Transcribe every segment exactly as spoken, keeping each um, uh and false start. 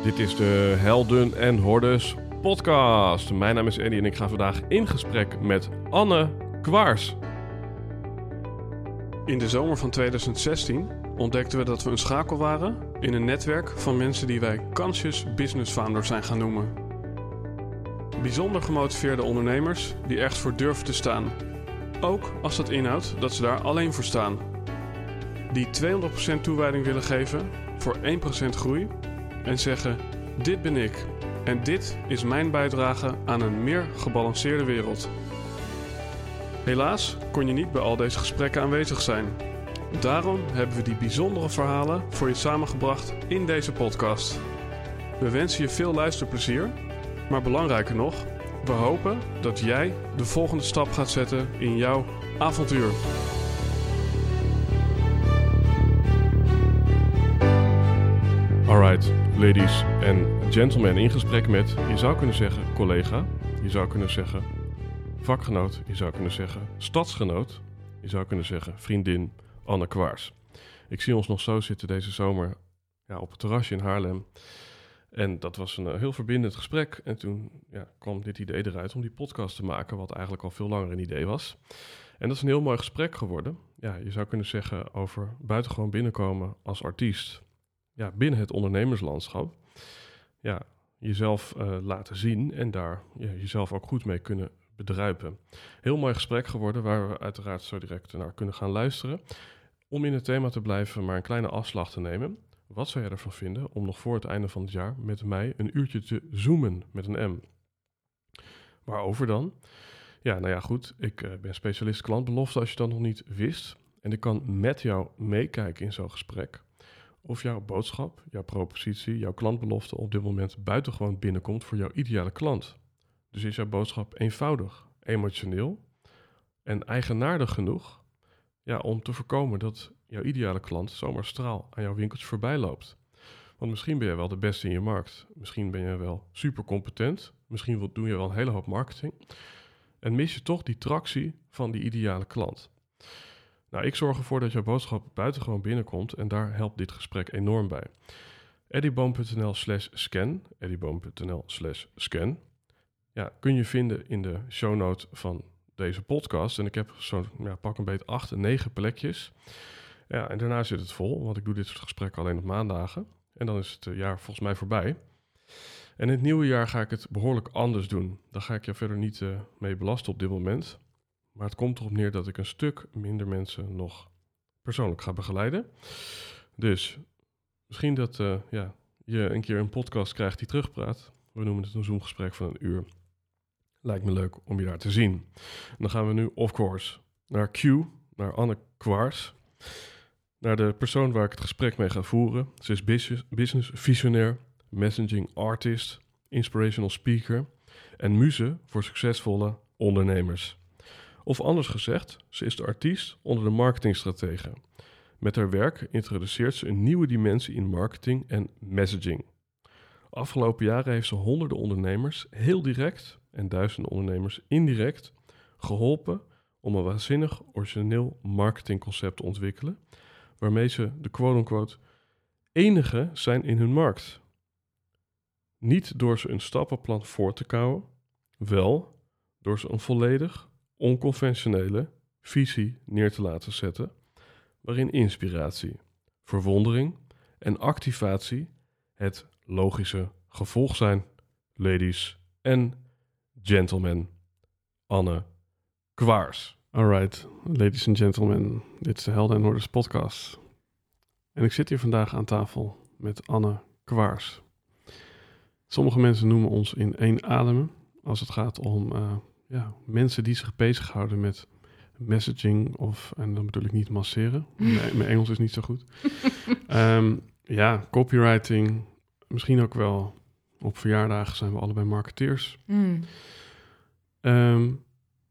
Dit is de Helden en Hordes podcast. Mijn naam is Eddie en ik ga vandaag in gesprek met Anne Quaars. In de zomer van twintig zestien ontdekten we dat we een schakel waren in een netwerk van mensen die wij Conscious Business Founders zijn gaan noemen. Bijzonder gemotiveerde ondernemers die ergens voor durven te staan. Ook als dat inhoudt dat ze daar alleen voor staan. Die tweehonderd procent toewijding willen geven voor één procent groei en zeggen: dit ben ik en dit is mijn bijdrage aan een meer gebalanceerde wereld. Helaas kon je niet bij al deze gesprekken aanwezig zijn. Daarom hebben we die bijzondere verhalen voor je samengebracht in deze podcast. We wensen je veel luisterplezier, maar belangrijker nog, we hopen dat jij de volgende stap gaat zetten in jouw avontuur. Alright, ladies en gentlemen, in gesprek met, je zou kunnen zeggen collega, je zou kunnen zeggen vakgenoot, je zou kunnen zeggen stadsgenoot, je zou kunnen zeggen vriendin Anne Quaars. Ik zie ons nog zo zitten deze zomer ja, op het terrasje in Haarlem. En dat was een uh, heel verbindend gesprek. En toen ja, kwam dit idee eruit om die podcast te maken, wat eigenlijk al veel langer een idee was. En dat is een heel mooi gesprek geworden. Ja, je zou kunnen zeggen over buitengewoon binnenkomen als artiest. Ja, binnen het ondernemerslandschap. Ja, jezelf uh, laten zien en daar ja, jezelf ook goed mee kunnen bedruipen. Heel mooi gesprek geworden, waar we uiteraard zo direct naar kunnen gaan luisteren. Om in het thema te blijven, maar een kleine afslag te nemen. Wat zou jij ervan vinden om nog voor het einde van het jaar met mij een uurtje te zoomen met een M? Waarover dan? Ja, nou ja, goed. Ik uh, ben specialist klantbelofte als je dat nog niet wist. En ik kan met jou meekijken in zo'n gesprek. Of jouw boodschap, jouw propositie, jouw klantbelofte op dit moment buitengewoon binnenkomt voor jouw ideale klant. Dus is jouw boodschap eenvoudig, emotioneel en eigenaardig genoeg ja, om te voorkomen dat jouw ideale klant zomaar straal aan jouw winkeltje voorbij loopt. Want misschien ben je wel de beste in je markt. Misschien ben je wel super competent. Misschien doe je wel een hele hoop marketing. En mis je toch die tractie van die ideale klant. Nou, ik zorg ervoor dat jouw boodschap buitengewoon binnenkomt en daar helpt dit gesprek enorm bij. eddieboom.nl slash scan, eddieboom.nl slash scan. Ja, kun je vinden in de shownote van deze podcast. En ik heb zo'n ja, pak een beet acht, negen plekjes. Ja, en daarna zit het vol, want ik doe dit soort gesprekken alleen op maandagen. En dan is het jaar volgens mij voorbij. En in het nieuwe jaar ga ik het behoorlijk anders doen. Daar ga ik je verder niet uh, mee belasten op dit moment. Maar het komt erop neer dat ik een stuk minder mensen nog persoonlijk ga begeleiden. Dus misschien dat uh, ja, je een keer een podcast krijgt die terugpraat. We noemen het een Zoom-gesprek van een uur. Lijkt me leuk om je daar te zien. En dan gaan we nu, of course, naar Q, naar Anne Quaars. Naar de persoon waar ik het gesprek mee ga voeren. Ze is business, business visionair, messaging artist, inspirational speaker en muze voor succesvolle ondernemers. Of anders gezegd, ze is de artiest onder de marketingstrategen. Met haar werk introduceert ze een nieuwe dimensie in marketing en messaging. Afgelopen jaren heeft ze honderden ondernemers heel direct en duizenden ondernemers indirect geholpen om een waanzinnig origineel marketingconcept te ontwikkelen, waarmee ze de quote-unquote enige zijn in hun markt. Niet door ze een stappenplan voor te kouwen, wel door ze een volledig onconventionele visie neer te laten zetten, waarin inspiratie, verwondering en activatie het logische gevolg zijn. Ladies en gentlemen, Anne Quaars. Alright, ladies and gentlemen, dit is de Helden en Hordes podcast. En ik zit hier vandaag aan tafel met Anne Quaars. Sommige mensen noemen ons in één adem als het gaat om uh, ja, mensen die zich bezighouden met messaging of, en dan bedoel ik niet masseren, mijn, mijn Engels is niet zo goed. um, ja, copywriting, misschien ook wel op verjaardagen zijn we allebei marketeers. Mm. Um,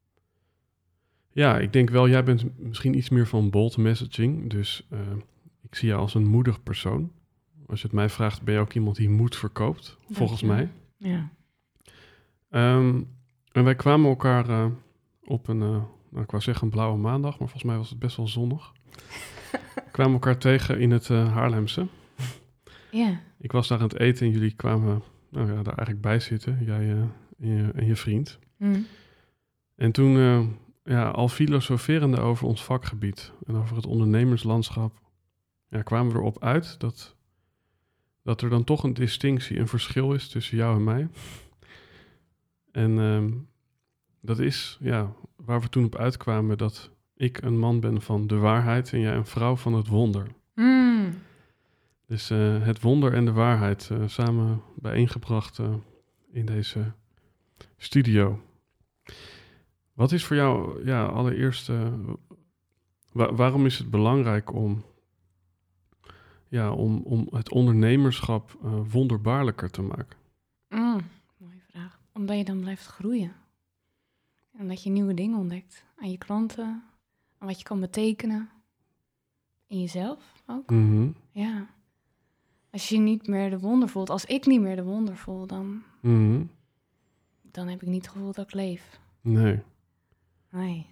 ja, ik denk wel, jij bent misschien iets meer van bold messaging, dus uh, ik zie jou als een moedig persoon. Als je het mij vraagt, ben je ook iemand die moed verkoopt, Dank volgens je. mij. Ja. Um, en wij kwamen elkaar uh, op een, uh, nou, ik wou zeggen een blauwe maandag, maar volgens mij was het best wel zonnig. kwamen elkaar tegen in het uh, Haarlemse. Ja. Ik was daar aan het eten en jullie kwamen nou ja, daar eigenlijk bij zitten. Jij uh, en, je, en je vriend. Mm. En toen, uh, ja, al filosoferende over ons vakgebied en over het ondernemerslandschap, ja, kwamen we erop uit dat, dat er dan toch een distinctie, een verschil is tussen jou en mij. En um, dat is, ja, waar we toen op uitkwamen, dat ik een man ben van de waarheid en jij een vrouw van het wonder. Mm. Dus uh, het wonder en de waarheid uh, samen bijeengebracht uh, in deze studio. Wat is voor jou, ja, allereerst, uh, wa- waarom is het belangrijk om, ja, om, om het ondernemerschap uh, wonderbaarlijker te maken? Mm. Mooie vraag. Omdat je dan blijft groeien. En dat je nieuwe dingen ontdekt aan je klanten, aan wat je kan betekenen. In jezelf ook. Mm-hmm. Ja. Als je niet meer de wonder voelt, als ik niet meer de wonder voel, dan, Mm-hmm. dan heb ik niet het gevoel dat ik leef. Nee. Nee.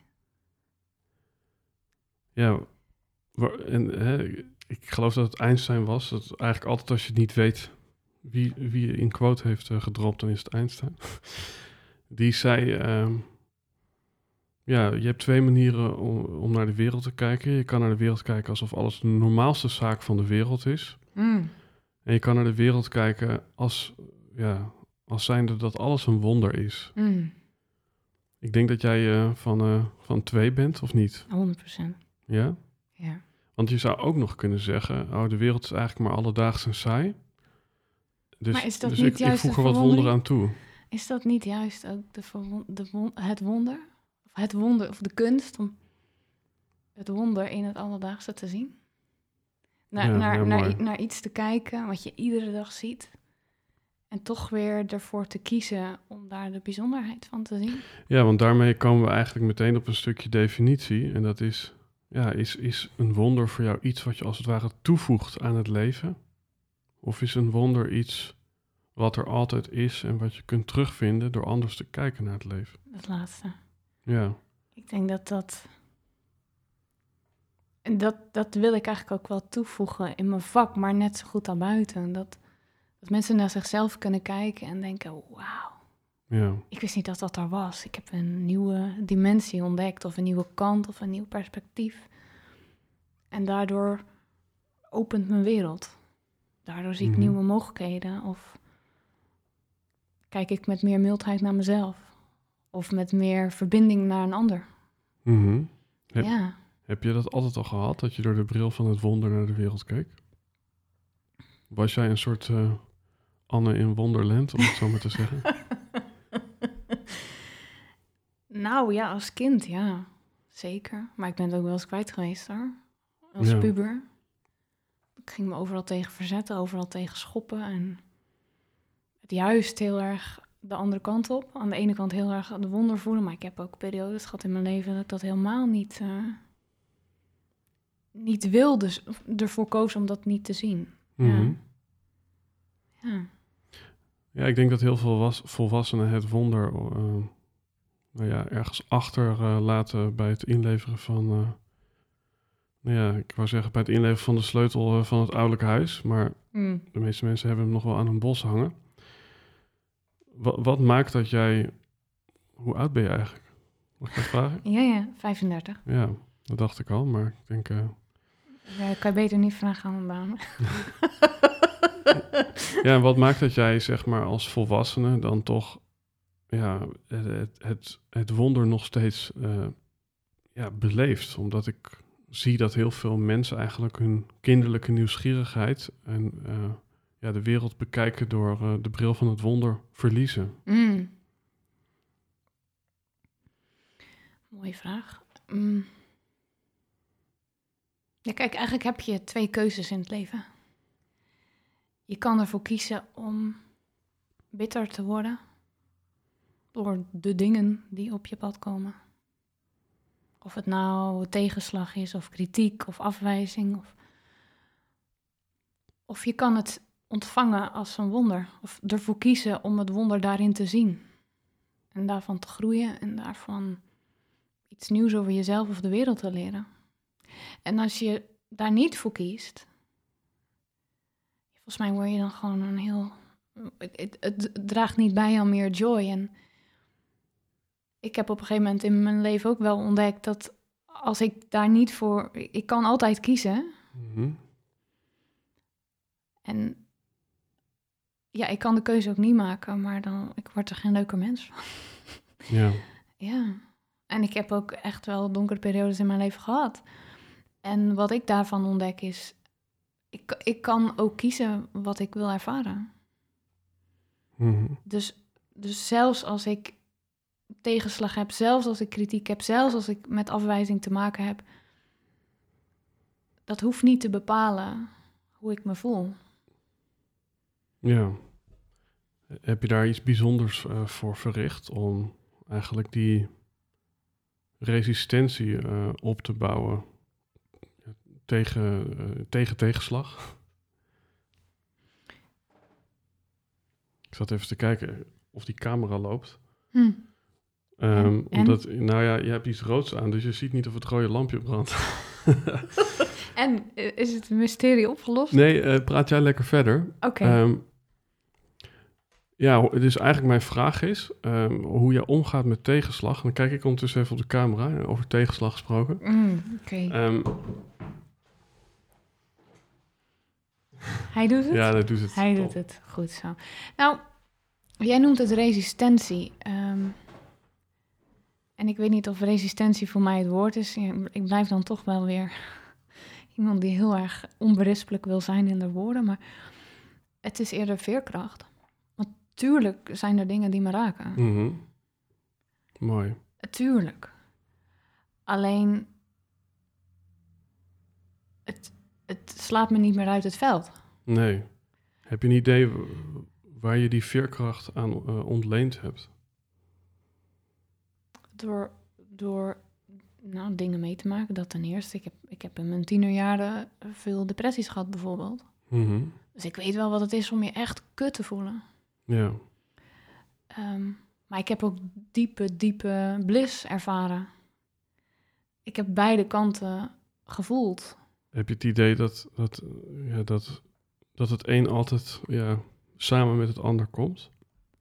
Ja, wa- en hè, ik geloof dat het Einstein was. Dat eigenlijk altijd als je het niet weet wie, wie je in quote heeft uh, gedropt, dan is het Einstein. Die zei, uh, ja, je hebt twee manieren om, om naar de wereld te kijken. Je kan naar de wereld kijken alsof alles de normaalste zaak van de wereld is. Mm. En je kan naar de wereld kijken als, ja, als zijnde dat alles een wonder is. Mm. Ik denk dat jij uh, van, uh, van twee bent, of niet? honderd procent. Ja? Ja. Want je zou ook nog kunnen zeggen, oh, de wereld is eigenlijk maar alledaags en saai. Dus, Maar is dat dus niet ik, ik juist voeg de er wat wonder verwondering? aan toe. Is dat niet juist ook de verwon- de won- het wonder? Of het wonder, of de kunst om het wonder in het alledaagse te zien? Naar, Ja, naar, ja, naar, mooi. i- naar iets te kijken wat je iedere dag ziet. En toch weer ervoor te kiezen om daar de bijzonderheid van te zien. Ja, want daarmee komen we eigenlijk meteen op een stukje definitie. En dat is, ja, is, is een wonder voor jou iets wat je als het ware toevoegt aan het leven? Of is een wonder iets wat er altijd is en wat je kunt terugvinden door anders te kijken naar het leven? Dat laatste. Ja. Ik denk dat dat... En dat, dat wil ik eigenlijk ook wel toevoegen in mijn vak, maar net zo goed daarbuiten. Dat, dat mensen naar zichzelf kunnen kijken en denken, wauw, Ja. ik wist niet dat dat er was. Ik heb een nieuwe dimensie ontdekt of een nieuwe kant of een nieuw perspectief. En daardoor opent mijn wereld. Daardoor zie ik Mhm. nieuwe mogelijkheden of kijk ik met meer mildheid naar mezelf. Of met meer verbinding naar een ander. Mhm. Heb- Ja. Heb je dat altijd al gehad, dat je door de bril van het wonder naar de wereld keek? Was jij een soort uh, Anne in Wonderland, om het zo maar te zeggen? Nou ja, als kind, ja. Zeker. Maar ik ben het ook wel eens kwijt geweest hoor. Als Ja. puber. Ik ging me overal tegen verzetten, overal tegen schoppen. En het juist heel erg de andere kant op. Aan de ene kant heel erg de wonder voelen. Maar ik heb ook periodes gehad in mijn leven dat ik dat helemaal niet, uh, niet wilde. Dus ervoor koos om dat niet te zien. Mhm. Ja. Ja, ik denk dat heel veel was, volwassenen het wonder uh, nou ja, ergens achter uh, laten bij het inleveren van... Uh, nou ja, ik wou zeggen bij het inleveren van de sleutel uh, van het ouderlijk huis. Maar Mm. de meeste mensen hebben hem nog wel aan een bos hangen. Wat, wat maakt dat jij... Hoe oud ben je eigenlijk? Mag ik dat vragen? Ja, ja, vijfendertig. Ja, dat dacht ik al, maar ik denk... Uh... Ja, kan je beter niet vragen aan mijn baan. Ja, en wat maakt dat jij, zeg maar, als volwassene dan toch... Ja, het, het, het, het wonder nog steeds uh, ja, beleeft. Omdat ik zie dat heel veel mensen eigenlijk hun kinderlijke nieuwsgierigheid... en uh, ja, de wereld bekijken door uh, de bril van het wonder verliezen. Mm. Mooie vraag. Mm. Ja, kijk, eigenlijk heb je twee keuzes in het leven. Je kan ervoor kiezen om bitter te worden door de dingen die op je pad komen. Of het nou tegenslag is, of kritiek, of afwijzing. Of, of je kan het ontvangen als een wonder. Of ervoor kiezen om het wonder daarin te zien. En daarvan te groeien en daarvan iets nieuws over jezelf of de wereld te leren. En als je daar niet voor kiest, volgens mij word je dan gewoon een heel... Het, het, het draagt niet bij aan meer joy. En ik heb op een gegeven moment in mijn leven ook wel ontdekt dat als ik daar niet voor... Ik kan altijd kiezen. Mm-hmm. En ja, ik kan de keuze ook niet maken, maar dan ik word er geen leuker mens van. Ja. Ja. En ik heb ook echt wel donkere periodes in mijn leven gehad. En wat ik daarvan ontdek is... Ik, ik kan ook kiezen wat ik wil ervaren. Mm-hmm. Dus, dus zelfs als ik tegenslag heb, zelfs als ik kritiek heb, zelfs als ik met afwijzing te maken heb... dat hoeft niet te bepalen hoe ik me voel. Ja. Heb je daar iets bijzonders uh, voor verricht om eigenlijk die resistentie uh, op te bouwen tegen, uh, tegen tegenslag? Ik zat even te kijken of die camera loopt. Hm. Um, en? Omdat, nou ja, je hebt iets roods aan, dus je ziet niet of het rode lampje brandt. En is het mysterie opgelost? Nee, uh, praat jij lekker verder. Oké. Okay. Um, ja, dus eigenlijk mijn vraag is um, hoe je omgaat met tegenslag. En dan kijk ik ondertussen even op de camera, over tegenslag gesproken. Mm, Oké. Okay. Um, Hij doet het? Ja, dat doet het. Hij top. doet het. Goed zo. Nou, jij noemt het resistentie. Um, en ik weet niet of resistentie voor mij het woord is. Ik blijf dan toch wel weer iemand die heel erg onberispelijk wil zijn in de woorden. Maar het is eerder veerkracht. Want tuurlijk zijn er dingen die me raken. Mm-hmm. Mooi. Tuurlijk. Alleen, het, het slaat me niet meer uit het veld. Nee. Heb je een idee waar je die veerkracht aan uh, ontleend hebt? Door, door nou, dingen mee te maken, dat ten eerste. Ik heb, ik heb in mijn tienerjaren veel depressies gehad bijvoorbeeld. Mm-hmm. Dus ik weet wel wat het is om je echt kut te voelen. Ja. Um, maar ik heb ook diepe, diepe bliss ervaren. Ik heb beide kanten gevoeld. Heb je het idee dat, dat, ja, dat, dat het een altijd ja, samen met het ander komt?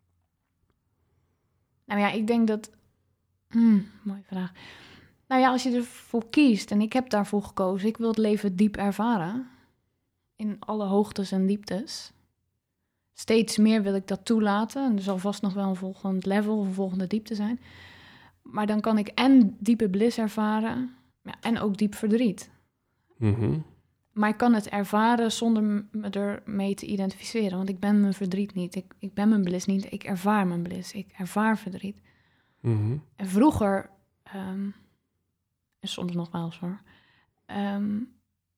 Nou ja, ik denk dat... Hmm, mooie vraag. Nou ja, als je ervoor kiest, en ik heb daarvoor gekozen... ik wil het leven diep ervaren. In alle hoogtes en dieptes. Steeds meer wil ik dat toelaten. En er zal vast nog wel een volgend level of een volgende diepte zijn. Maar dan kan ik en diepe bliss ervaren... Ja, en ook diep verdriet. Mm-hmm. Maar ik kan het ervaren zonder me ermee te identificeren. Want ik ben mijn verdriet niet. Ik, ik ben mijn bliss niet. Ik ervaar mijn bliss. Ik ervaar verdriet. Mm-hmm. En vroeger... Um, en soms nog wel eens hoor... Um,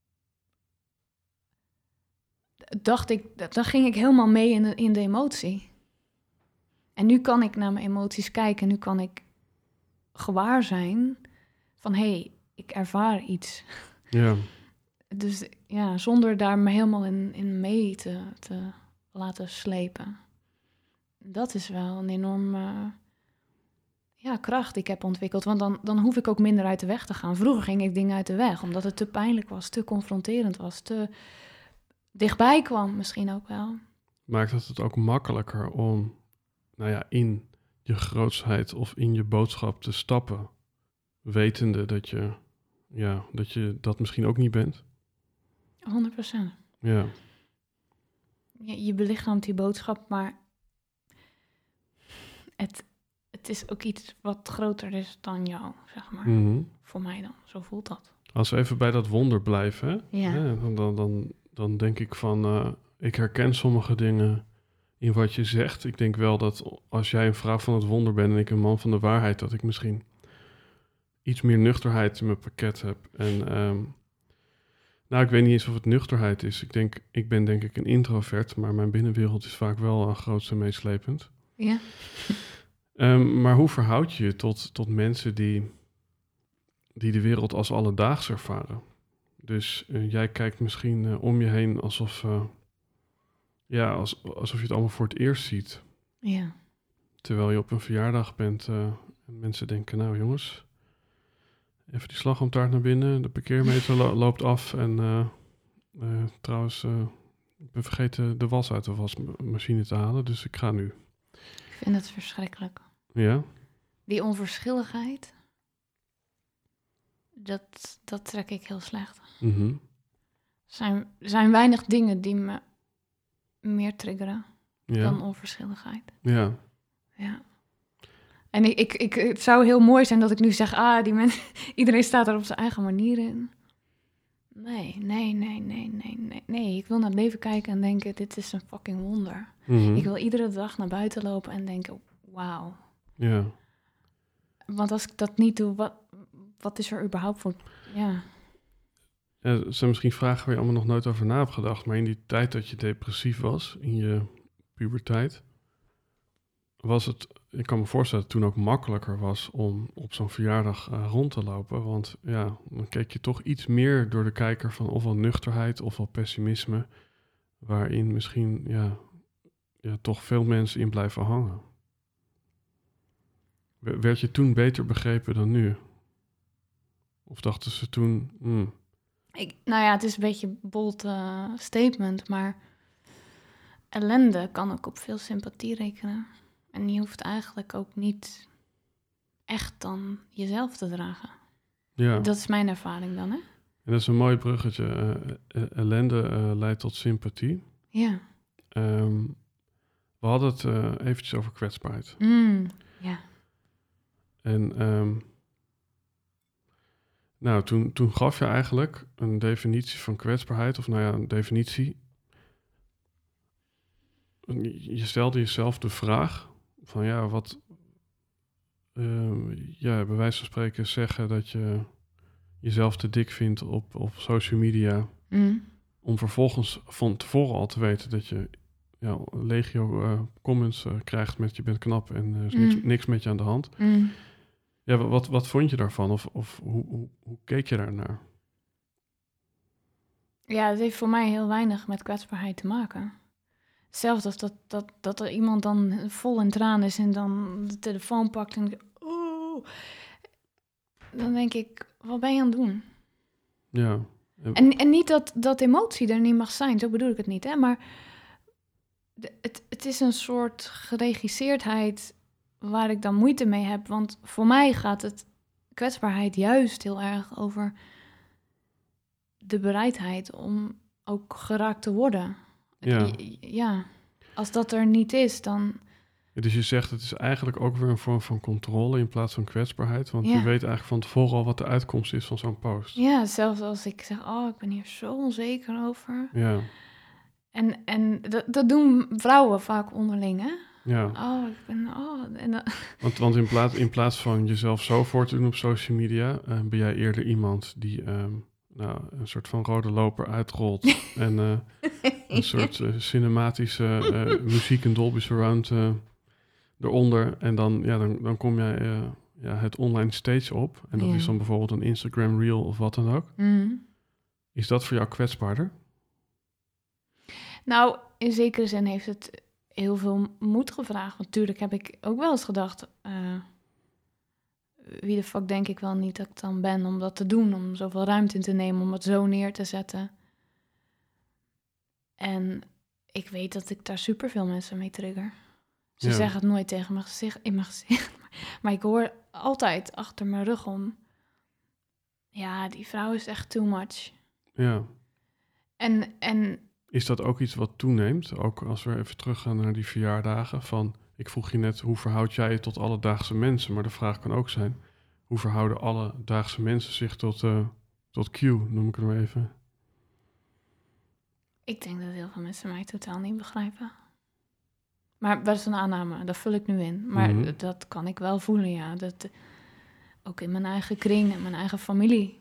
dacht ik... Dan ging ik helemaal mee in de, in de emotie. En nu kan ik naar mijn emoties kijken. Nu kan ik gewaar zijn... van hé, hey, ik ervaar iets. Ja. Dus ja, zonder daar me helemaal in, in mee te, te laten slepen. Dat is wel een enorme ja, kracht die ik heb ontwikkeld. Want dan, dan hoef ik ook minder uit de weg te gaan. Vroeger ging ik dingen uit de weg, omdat het te pijnlijk was, te confronterend was, te dichtbij kwam misschien ook wel. Maakt het het ook makkelijker om, nou ja, in je grootsheid of in je boodschap te stappen, wetende dat je, ja, dat je dat misschien ook niet bent? honderd procent. Ja. Je, je belichaamt die boodschap, maar het, het is ook iets wat groter is dan jou, zeg maar. Mm-hmm. Voor mij dan, zo voelt dat. Als we even bij dat wonder blijven, hè? Ja. Ja, dan, dan, dan, dan denk ik van, uh, ik herken sommige dingen in wat je zegt. Ik denk wel dat als jij een vrouw van het wonder bent en ik een man van de waarheid, dat ik misschien iets meer nuchterheid in mijn pakket heb. En um, nou, ik weet niet eens of het nuchterheid is. Ik denk, ik ben denk ik een introvert, maar mijn binnenwereld is vaak wel uh, grootst en meeslepend. Ja. Um, maar hoe verhoud je je tot, tot mensen die, die de wereld als alledaags ervaren? Dus uh, jij kijkt misschien uh, om je heen alsof, uh, ja, als, alsof je het allemaal voor het eerst ziet. Ja. Terwijl je op een verjaardag bent uh, en mensen denken, nou jongens, even die slagroomtaart naar binnen, de parkeermeter lo- loopt af en uh, uh, trouwens, uh, Ik ben vergeten de was uit de wasmachine te halen, dus ik ga nu. Ik vind het verschrikkelijk. Ja? Die onverschilligheid, dat, dat trek ik heel slecht. Mhm. Er zijn, er zijn weinig dingen die me meer triggeren Ja. dan onverschilligheid. Ja. Ja. En ik, ik, ik, het zou heel mooi zijn dat ik nu zeg, ah, die mensen, iedereen staat er op zijn eigen manier in. Nee, nee, nee, nee, nee, nee, nee. Ik wil naar het leven kijken en denken, dit is een fucking wonder. Mhm. Ik wil iedere dag naar buiten lopen en denken, wauw. Ja. Want als ik dat niet doe, wat, wat is er überhaupt voor... Ja. Ja, er zijn misschien vragen waar je allemaal nog nooit over na hebt gedacht, maar in die tijd dat je depressief was, in je puberteit, was het, ik kan me voorstellen dat het toen ook makkelijker was om op zo'n verjaardag uh, rond te lopen, want ja, dan keek je toch iets meer door de kijker van ofwel nuchterheid ofwel pessimisme, waarin misschien ja, ja, toch veel mensen in blijven hangen. Werd je toen beter begrepen dan nu? Of dachten ze toen... Hmm. Ik, nou ja, het is een beetje een bold uh, statement, maar ellende kan ook op veel sympathie rekenen. En je hoeft eigenlijk ook niet echt dan jezelf te dragen. Ja. Dat is mijn ervaring dan, hè? En dat is een mooi bruggetje. Uh, uh, ellende uh, leidt tot sympathie. Ja. Um, we hadden het uh, eventjes over kwetsbaarheid. Mm, ja. En um, nou, toen, toen gaf je eigenlijk een definitie van kwetsbaarheid, of nou ja, een definitie. Je stelde jezelf de vraag van ja, wat, uh, ja, bij wijze van spreken zeggen dat je jezelf te dik vindt op, op social media, Mm. om vervolgens van tevoren al te weten dat je ja, legio uh, comments uh, krijgt met je bent knap en er uh, is mm. niks, niks met je aan de hand. Mm. Ja, wat, wat vond je daarvan? Of, of hoe, hoe, hoe keek je daarnaar? Ja, het heeft voor mij heel weinig met kwetsbaarheid te maken. Zelfs als dat, dat, dat er iemand dan vol in tranen is en dan de telefoon pakt en... Oh, dan denk ik, wat ben je aan het doen? Ja. En, en niet dat, dat emotie er niet mag zijn, zo bedoel ik het niet, hè? Maar de, het, het is een soort geregisseerdheid waar ik dan moeite mee heb. Want voor mij gaat het kwetsbaarheid juist heel erg over de bereidheid om ook geraakt te worden. Ja. Ja, als dat er niet is, dan... Ja, dus je zegt het is eigenlijk ook weer een vorm van controle in plaats van kwetsbaarheid. Want Ja. je weet eigenlijk van tevoren al wat de uitkomst is van zo'n post. Ja, zelfs als ik zeg, oh, ik ben hier zo onzeker over. Ja. En, en dat, dat doen vrouwen vaak onderling, hè? Ja. Oh, ik ben... Oh, en dan... Want, want in, plaats, in plaats van jezelf zo voor te doen op social media, uh, ben jij eerder iemand die um, nou, een soort van rode loper uitrolt. en uh, een soort uh, cinematische uh, muziek en Dolby Surround uh, eronder. En dan, ja, dan, dan kom jij uh, ja, het online stage op. En dat Ja. is dan bijvoorbeeld een Instagram reel of wat dan ook. Mm. Is dat voor jou kwetsbaarder? Nou, in zekere zin heeft het heel veel moed gevraagd. Want natuurlijk heb ik ook wel eens gedacht... Uh, wie de fuck denk ik wel niet dat ik dan ben om dat te doen. Om zoveel ruimte in te nemen, om het zo neer te zetten. En ik weet dat ik daar superveel mensen mee trigger. Ze Ja. zeggen het nooit tegen mijn gezicht, in mijn gezicht. Maar ik hoor altijd achter mijn rug om... Ja, die vrouw is echt too much. Ja. En... en Is dat ook iets wat toeneemt? Ook als we even teruggaan naar die verjaardagen van... Ik vroeg je net, hoe verhoud jij je tot alledaagse mensen? Maar de vraag kan ook zijn... Hoe verhouden alledaagse mensen zich tot, uh, tot Q, noem ik het maar even? ik denk dat heel veel mensen mij totaal niet begrijpen. Maar dat is een aanname, dat vul ik nu in. Maar Mhm. d- dat kan ik wel voelen, ja. Dat, ook in mijn eigen kring en mijn eigen familie.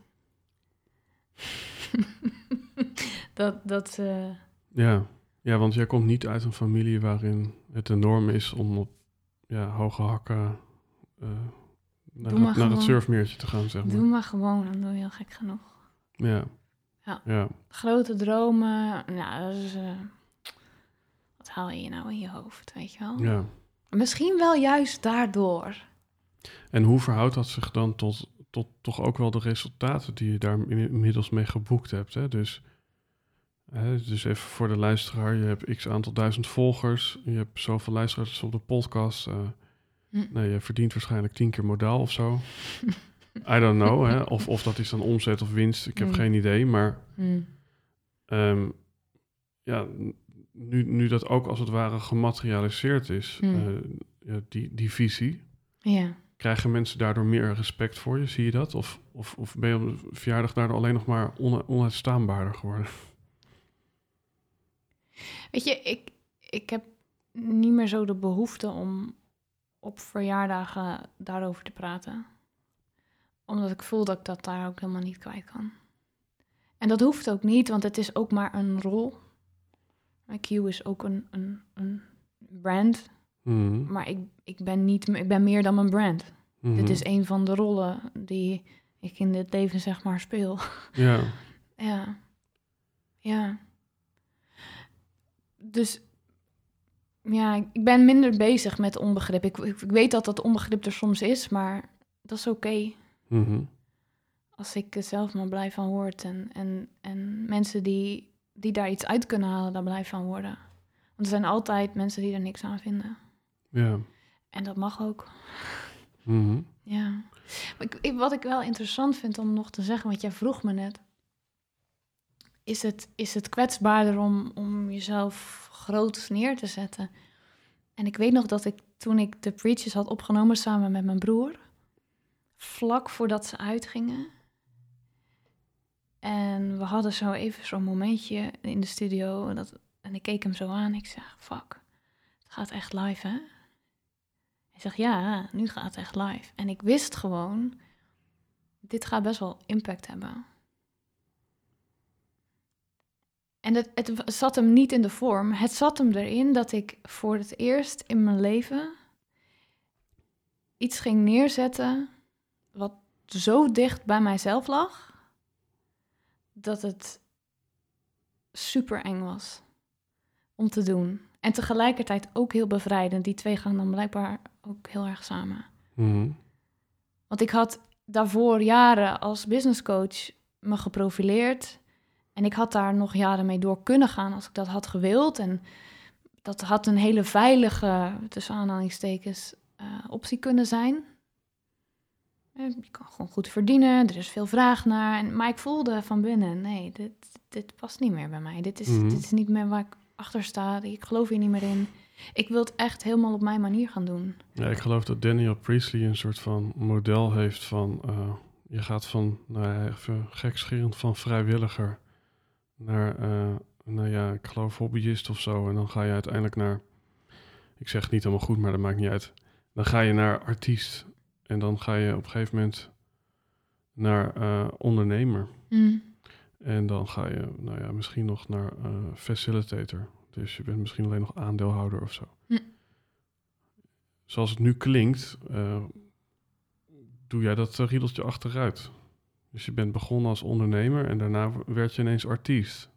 dat, dat uh, Ja. ja, want jij komt niet uit een familie waarin het de norm is om op ja, hoge hakken uh, naar, Doe maar het, naar het gewoon. surfmeertje te gaan, zeg maar. doe maar gewoon, dan doe je al gek genoeg. Ja. Ja. ja. Grote dromen, nou, dat is... Uh, wat haal je nou in je hoofd, weet je wel? Ja. Misschien wel juist daardoor. En hoe verhoudt dat zich dan tot, tot toch ook wel de resultaten die je daar inmiddels mee geboekt hebt? Hè? Dus Hè, dus even voor de luisteraar. Je hebt x aantal duizend volgers. Je hebt zoveel luisteraars op de podcast. Uh, hm. Nee, je verdient waarschijnlijk tien keer modaal of zo. I don't know. Hè? Of, of dat is dan omzet of winst. Ik heb hm. geen idee. Maar hm. um, ja, nu, nu dat ook als het ware gematerialiseerd is, hm. uh, ja, die, die visie... Ja. Krijgen mensen daardoor meer respect voor je? Zie je dat? Of, of, of ben je op de verjaardag daardoor alleen nog maar on, onuitstaanbaarder geworden? Weet je, ik, ik heb niet meer zo de behoefte om op verjaardagen daarover te praten. Omdat ik voel dat ik dat daar ook helemaal niet kwijt kan. En dat hoeft ook niet, want het is ook maar een rol. Q is ook een, een, een brand. Mm-hmm. Maar ik, ik, ben niet, ik ben meer dan mijn brand. Mm-hmm. Dit is een van de rollen die ik in dit leven, zeg maar, speel. Ja. Ja. Ja. Dus ja, ik ben minder bezig met onbegrip. Ik, ik, ik weet dat dat onbegrip er soms is, maar dat is oké. Okay. Mm-hmm. Als ik er zelf maar blij van word en, en, en mensen die, die daar iets uit kunnen halen, daar blij van worden. Want er zijn altijd mensen die er niks aan vinden. Ja. En dat mag ook. Mm-hmm. Ja. Maar ik, wat ik wel interessant vind om nog te zeggen, want jij vroeg me net, is het, is het kwetsbaarder om, om jezelf groot neer te zetten? En ik weet nog dat ik, toen ik de Preachers had opgenomen samen met mijn broer, vlak voordat ze uitgingen, en we hadden zo even zo'n momentje in de studio, en, dat, en ik keek hem zo aan, ik zeg, fuck, het gaat echt live, hè? Hij zegt, ja, nu gaat het echt live. En ik wist gewoon, dit gaat best wel impact hebben. En het, het zat hem niet in de vorm. Het zat hem erin dat ik voor het eerst in mijn leven iets ging neerzetten wat zo dicht bij mijzelf lag, dat het super eng was om te doen. En tegelijkertijd ook heel bevrijdend. Die twee gaan dan blijkbaar ook heel erg samen. Mm-hmm. Want ik had daarvoor jaren als businesscoach me geprofileerd. En ik had daar nog jaren mee door kunnen gaan als ik dat had gewild. En dat had een hele veilige, tussen aanhalingstekens, uh, optie kunnen zijn. Je kan gewoon goed verdienen, er is veel vraag naar. En, maar ik voelde van binnen, nee, dit, dit past niet meer bij mij. Dit is, mm-hmm. dit is niet meer waar ik achter sta. Ik geloof hier niet meer in. Ik wil het echt helemaal op mijn manier gaan doen. Ja, ik geloof dat Daniel Priestley een soort van model heeft van... Uh, je gaat van, nou ja, even gekscherend, van vrijwilliger naar, uh, nou ja, ik geloof hobbyist of zo. En dan ga je uiteindelijk naar, ik zeg het niet helemaal goed, maar dat maakt niet uit. Dan ga je naar artiest. En dan ga je op een gegeven moment naar uh, ondernemer. Mm. En dan ga je, nou ja, misschien nog naar uh, facilitator. Dus je bent misschien alleen nog aandeelhouder of zo. Mm. Zoals het nu klinkt, uh, doe jij dat uh, riedeltje achteruit. Dus je bent begonnen als ondernemer en daarna werd je ineens artiest.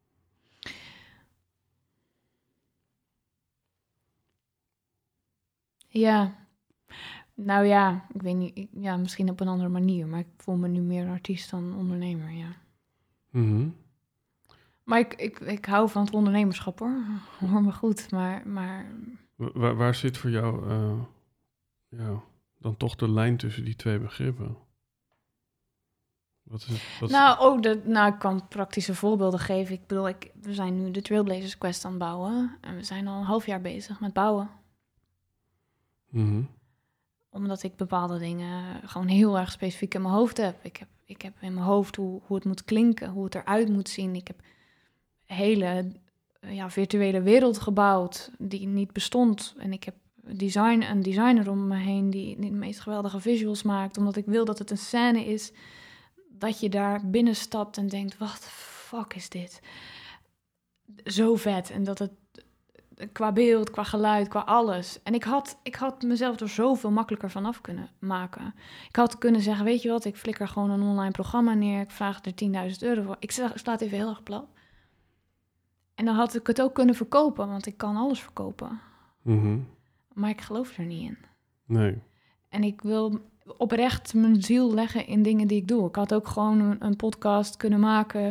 Ja. Nou ja, ik weet niet, ja, misschien op een andere manier, maar ik voel me nu meer artiest dan ondernemer, ja. Mm-hmm. Maar ik, ik, ik hou van het ondernemerschap, hoor. Hoor me goed, maar... maar... Waar, waar zit voor jou uh, ja, dan toch de lijn tussen die twee begrippen? Wat is het, wat nou, oh, de, nou, ik kan praktische voorbeelden geven. Ik bedoel, ik, we zijn nu de Trailblazers Quest aan het bouwen. En we zijn al een half jaar bezig met bouwen. Mm-hmm. Omdat ik bepaalde dingen gewoon heel erg specifiek in mijn hoofd heb. Ik heb, ik heb in mijn hoofd hoe, hoe het moet klinken, hoe het eruit moet zien. Ik heb een hele ja, virtuele wereld gebouwd die niet bestond. En ik heb design, een designer om me heen die de meest geweldige visuals maakt. Omdat ik wil dat het een scène is dat je daar binnenstapt en denkt, wat de fuck is dit? Zo vet. En dat het qua beeld, qua geluid, qua alles. En ik had, ik had mezelf er zoveel makkelijker vanaf kunnen maken. Ik had kunnen zeggen, weet je wat, ik flikker gewoon een online programma neer. Ik vraag er tienduizend euro voor. Ik sla het even heel erg plat. En dan had ik het ook kunnen verkopen, want ik kan alles verkopen. Mm-hmm. Maar ik geloof er niet in. Nee. En ik wil oprecht mijn ziel leggen in dingen die ik doe. Ik had ook gewoon een, een podcast kunnen maken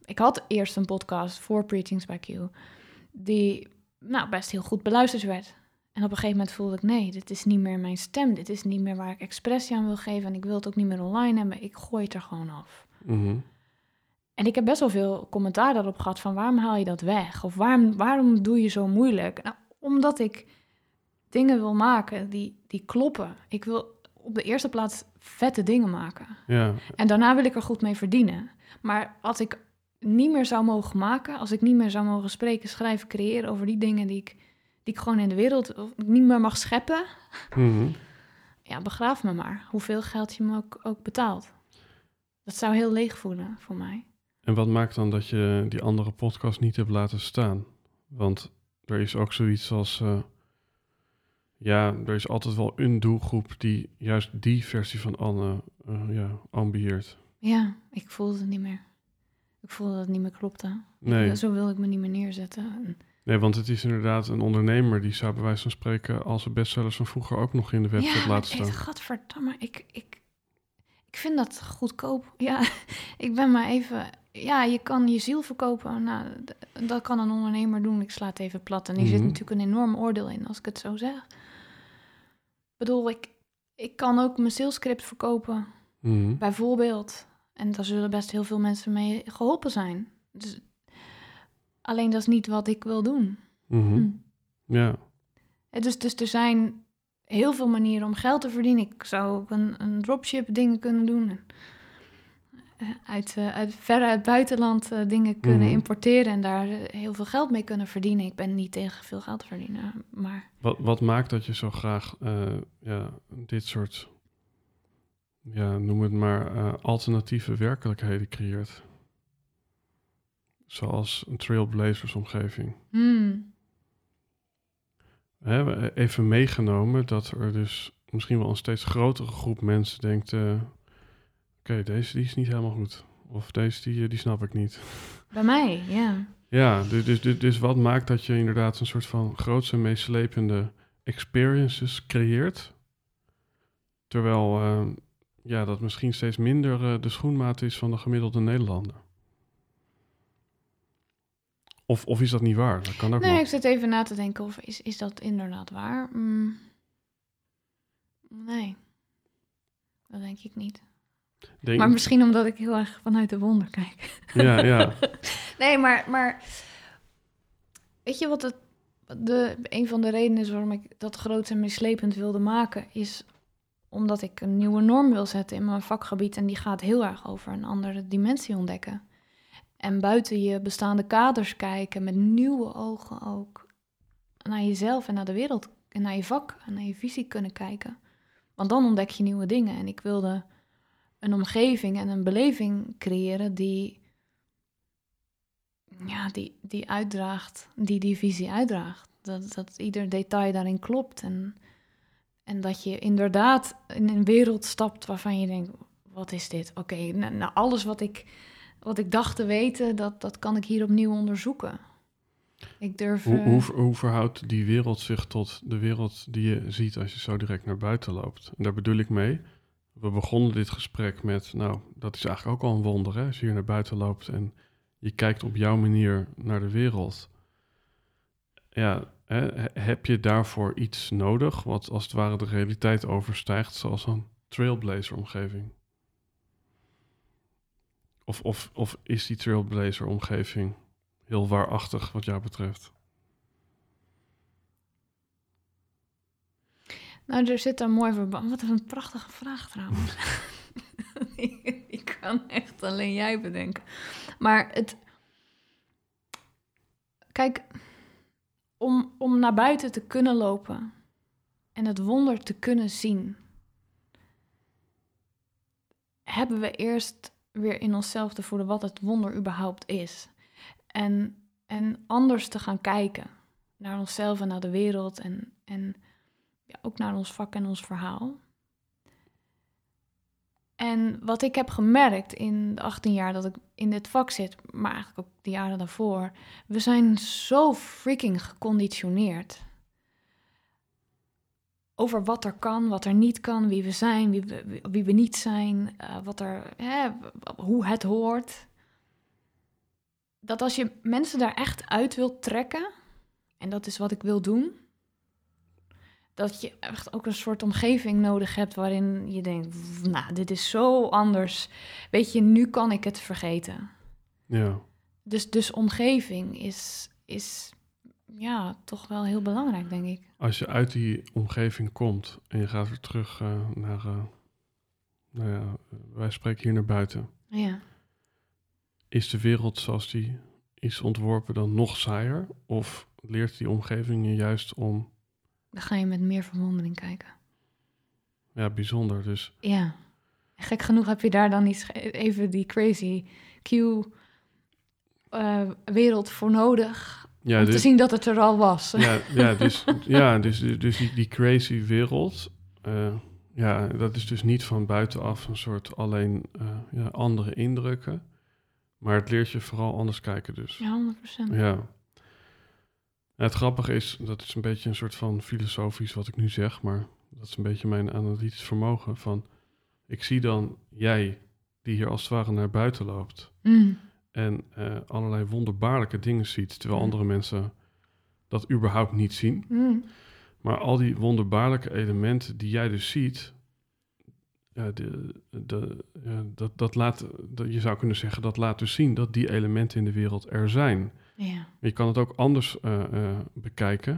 ik had eerst een podcast voor Preachings by Q... die nou, best heel goed beluisterd werd. En op een gegeven moment voelde ik... nee, dit is niet meer mijn stem. Dit is niet meer waar ik expressie aan wil geven... en ik wil het ook niet meer online hebben. Ik gooi het er gewoon af. Mm-hmm. En ik heb best wel veel commentaar daarop gehad... van waarom haal je dat weg? Of waarom, waarom doe je zo moeilijk? Nou, omdat ik dingen wil maken die, die kloppen. Ik wil op de eerste plaats vette dingen maken. Ja. En daarna wil ik er goed mee verdienen. Maar als ik niet meer zou mogen maken... als ik niet meer zou mogen spreken, schrijven, creëren... over die dingen die ik, die ik gewoon in de wereld of niet meer mag scheppen... Mm-hmm. ja, begraaf me maar. Hoeveel geld je me ook, ook betaalt. Dat zou heel leeg voelen voor mij. En wat maakt dan dat je die andere podcast niet hebt laten staan? Want er is ook zoiets als... Uh, ja, er is altijd wel een doelgroep die juist die versie van Anne uh, ja, ambieert. Ja, ik voelde het niet meer. Ik voelde dat het niet meer klopte. Nee. Ik, zo wil ik me niet meer neerzetten. Nee, want het is inderdaad een ondernemer die zou bij wijze van spreken... als de bestsellers van vroeger ook nog in de webshop ja, laten staan. Ja, gadverdamme, ik, ik, ik vind dat goedkoop. Ja, ik ben maar even... Ja, je kan je ziel verkopen. Nou, d- dat kan een ondernemer doen. Ik sla het even plat. En hier Mm-hmm. zit natuurlijk een enorm oordeel in, als ik het zo zeg. Ik bedoel, ik, ik kan ook mijn salescript verkopen, Mm-hmm. bijvoorbeeld. En daar zullen best heel veel mensen mee geholpen zijn. Dus, alleen dat is niet wat ik wil doen. Mm-hmm. Hm. Ja. Dus, dus er zijn heel veel manieren om geld te verdienen. Ik zou ook een, een dropship dingen kunnen doen. En, uh, uit, uh, uit verre uit het buitenland uh, dingen kunnen Mm-hmm. importeren... en daar uh, heel veel geld mee kunnen verdienen. Ik ben niet tegen veel geld te verdienen, maar... Wat, wat maakt dat je zo graag uh, ja, dit soort... ja, noem het maar, uh, alternatieve werkelijkheden creëert? Zoals een Trailblazers-omgeving. Hmm. We hebben even meegenomen dat er dus misschien wel een steeds grotere groep mensen denkt... Uh, oké, okay, deze die is niet helemaal goed. Of deze die, die snap ik niet. Bij mij, ja. Ja, dus, dus, dus, dus wat maakt dat je inderdaad een soort van grootse meeslepende experiences creëert... terwijl uh, ja, dat misschien steeds minder uh, de schoenmaat is van de gemiddelde Nederlander? Of, of is dat niet waar? Dat kan ook Nee, nog. ik zit even na te denken of is, is dat inderdaad waar? Mm. Nee, dat denk ik niet. Denk... Maar misschien omdat ik heel erg vanuit de wonder kijk. Ja, ja. Nee, maar, maar weet je wat het, de, een van de redenen is waarom ik dat groot en meeslepend wilde maken, is omdat ik een nieuwe norm wil zetten in mijn vakgebied en die gaat heel erg over een andere dimensie ontdekken. En buiten je bestaande kaders kijken, met nieuwe ogen ook naar jezelf en naar de wereld en naar je vak en naar je visie kunnen kijken. Want dan ontdek je nieuwe dingen. En ik wilde een omgeving en een beleving creëren die, ja, die, die uitdraagt, die die visie uitdraagt. Dat, dat ieder detail daarin klopt. En, en dat je inderdaad in een wereld stapt waarvan je denkt, wat is dit? Oké, okay, nou, nou alles wat ik... Wat ik dacht te weten, dat, dat kan ik hier opnieuw onderzoeken. Ik durf... Hoe, uh... hoe, hoe verhoudt die wereld zich tot de wereld die je ziet als je zo direct naar buiten loopt? En daar bedoel ik mee. We begonnen dit gesprek met, nou, dat is eigenlijk ook al een wonder, hè? Als je hier naar buiten loopt en je kijkt op jouw manier naar de wereld. Ja, hè, heb je daarvoor iets nodig wat als het ware de realiteit overstijgt, zoals een Trailblazer-omgeving? Of, of, of is die Trailblazer-omgeving heel waarachtig wat jou betreft? Nou, er zit een mooi verband. Wat een prachtige vraag trouwens. Ik kan echt alleen jij bedenken. Maar het... Kijk, om, om naar buiten te kunnen lopen en het wonder te kunnen zien, hebben we eerst weer in onszelf te voelen wat het wonder überhaupt is. En, en anders te gaan kijken naar onszelf en naar de wereld en, en ja, ook naar ons vak en ons verhaal. En wat ik heb gemerkt in de achttien jaar dat ik in dit vak zit, maar eigenlijk ook de jaren daarvoor, we zijn zo freaking geconditioneerd over wat er kan, wat er niet kan, wie we zijn, wie we, wie we niet zijn, uh, wat er, hè, hoe het hoort. dat als je mensen daar echt uit wilt trekken, en dat is wat ik wil doen, dat je echt ook een soort omgeving nodig hebt waarin je denkt, nou, dit is zo anders. Weet je, nu kan ik het vergeten. Ja. Dus, dus omgeving is, is ja, toch wel heel belangrijk, denk ik. Als je uit die omgeving komt en je gaat weer terug uh, naar, uh, nou ja, wij spreken hier naar buiten. Ja. Is de wereld zoals die is ontworpen dan nog saaier? Of leert die omgeving je juist om... Dan ga je met meer verwondering kijken. Ja, bijzonder. Dus... Ja. Gek genoeg heb je daar dan niet even die crazy Q-wereld uh, voor nodig... Ja, om dus, te zien dat het er al was. Ja, ja dus, ja, dus, dus die, die crazy wereld... Uh, ja, dat is dus niet van buitenaf een soort alleen uh, ja, andere indrukken... Maar het leert je vooral anders kijken dus. Ja, honderd procent. Ja. Het grappige is, dat is een beetje een soort van filosofisch wat ik nu zeg, maar dat is een beetje mijn analytisch vermogen van, ik zie dan jij die hier als het ware naar buiten loopt Mm. en uh, allerlei wonderbaarlijke dingen ziet, terwijl Mm. andere mensen dat überhaupt niet zien. Mm. Maar al die wonderbaarlijke elementen die jij dus ziet, ja, de, de, ja, dat, dat laat, dat, je zou kunnen zeggen, dat laat dus zien dat die elementen in de wereld er zijn. Ja. Je kan het ook anders uh, uh, bekijken.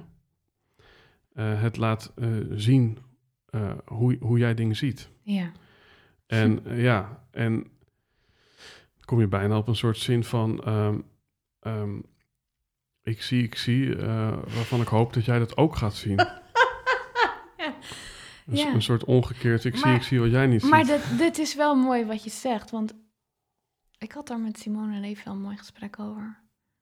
Uh, het laat uh, zien uh, hoe, hoe jij dingen ziet. Ja. En uh, ja, en dan kom je bijna op een soort zin van, um, um, ik zie, ik zie, uh, waarvan ik hoop dat jij dat ook gaat zien. Ja. Dus Ja. een soort omgekeerd, ik Maar- zie, ik zie wat jij niet Maar ziet. dit, dit is wel mooi wat je zegt, want ik had daar met Simone Leef wel een mooi gesprek over.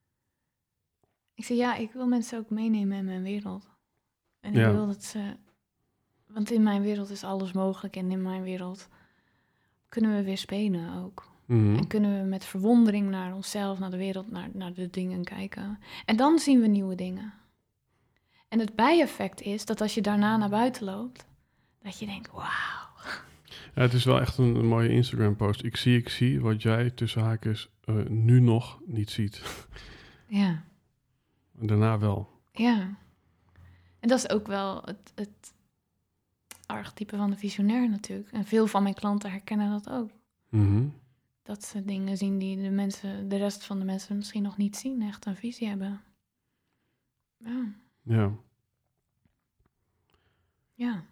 Ik zei, ja, ik wil mensen ook meenemen in mijn wereld. En Ja. ik wil dat ze... Want in mijn wereld is alles mogelijk en in mijn wereld kunnen we weer spelen ook. Mhm. En kunnen we met verwondering naar onszelf, naar de wereld, naar, naar de dingen kijken. En dan zien we nieuwe dingen. En het bijeffect is dat als je daarna naar buiten loopt, dat je denkt, wauw. Ja, het is wel echt een, een mooie Instagram-post. Ik zie, ik zie wat jij tussen haakjes uh, nu nog niet ziet. Ja, En daarna wel. ja. En dat is ook wel het, het archetype van de visionair natuurlijk. En veel van mijn klanten herkennen dat ook. Mhm. Dat ze dingen zien die de mensen, de rest van de mensen misschien nog niet zien. Echt een visie hebben. Ja, Ja. ja.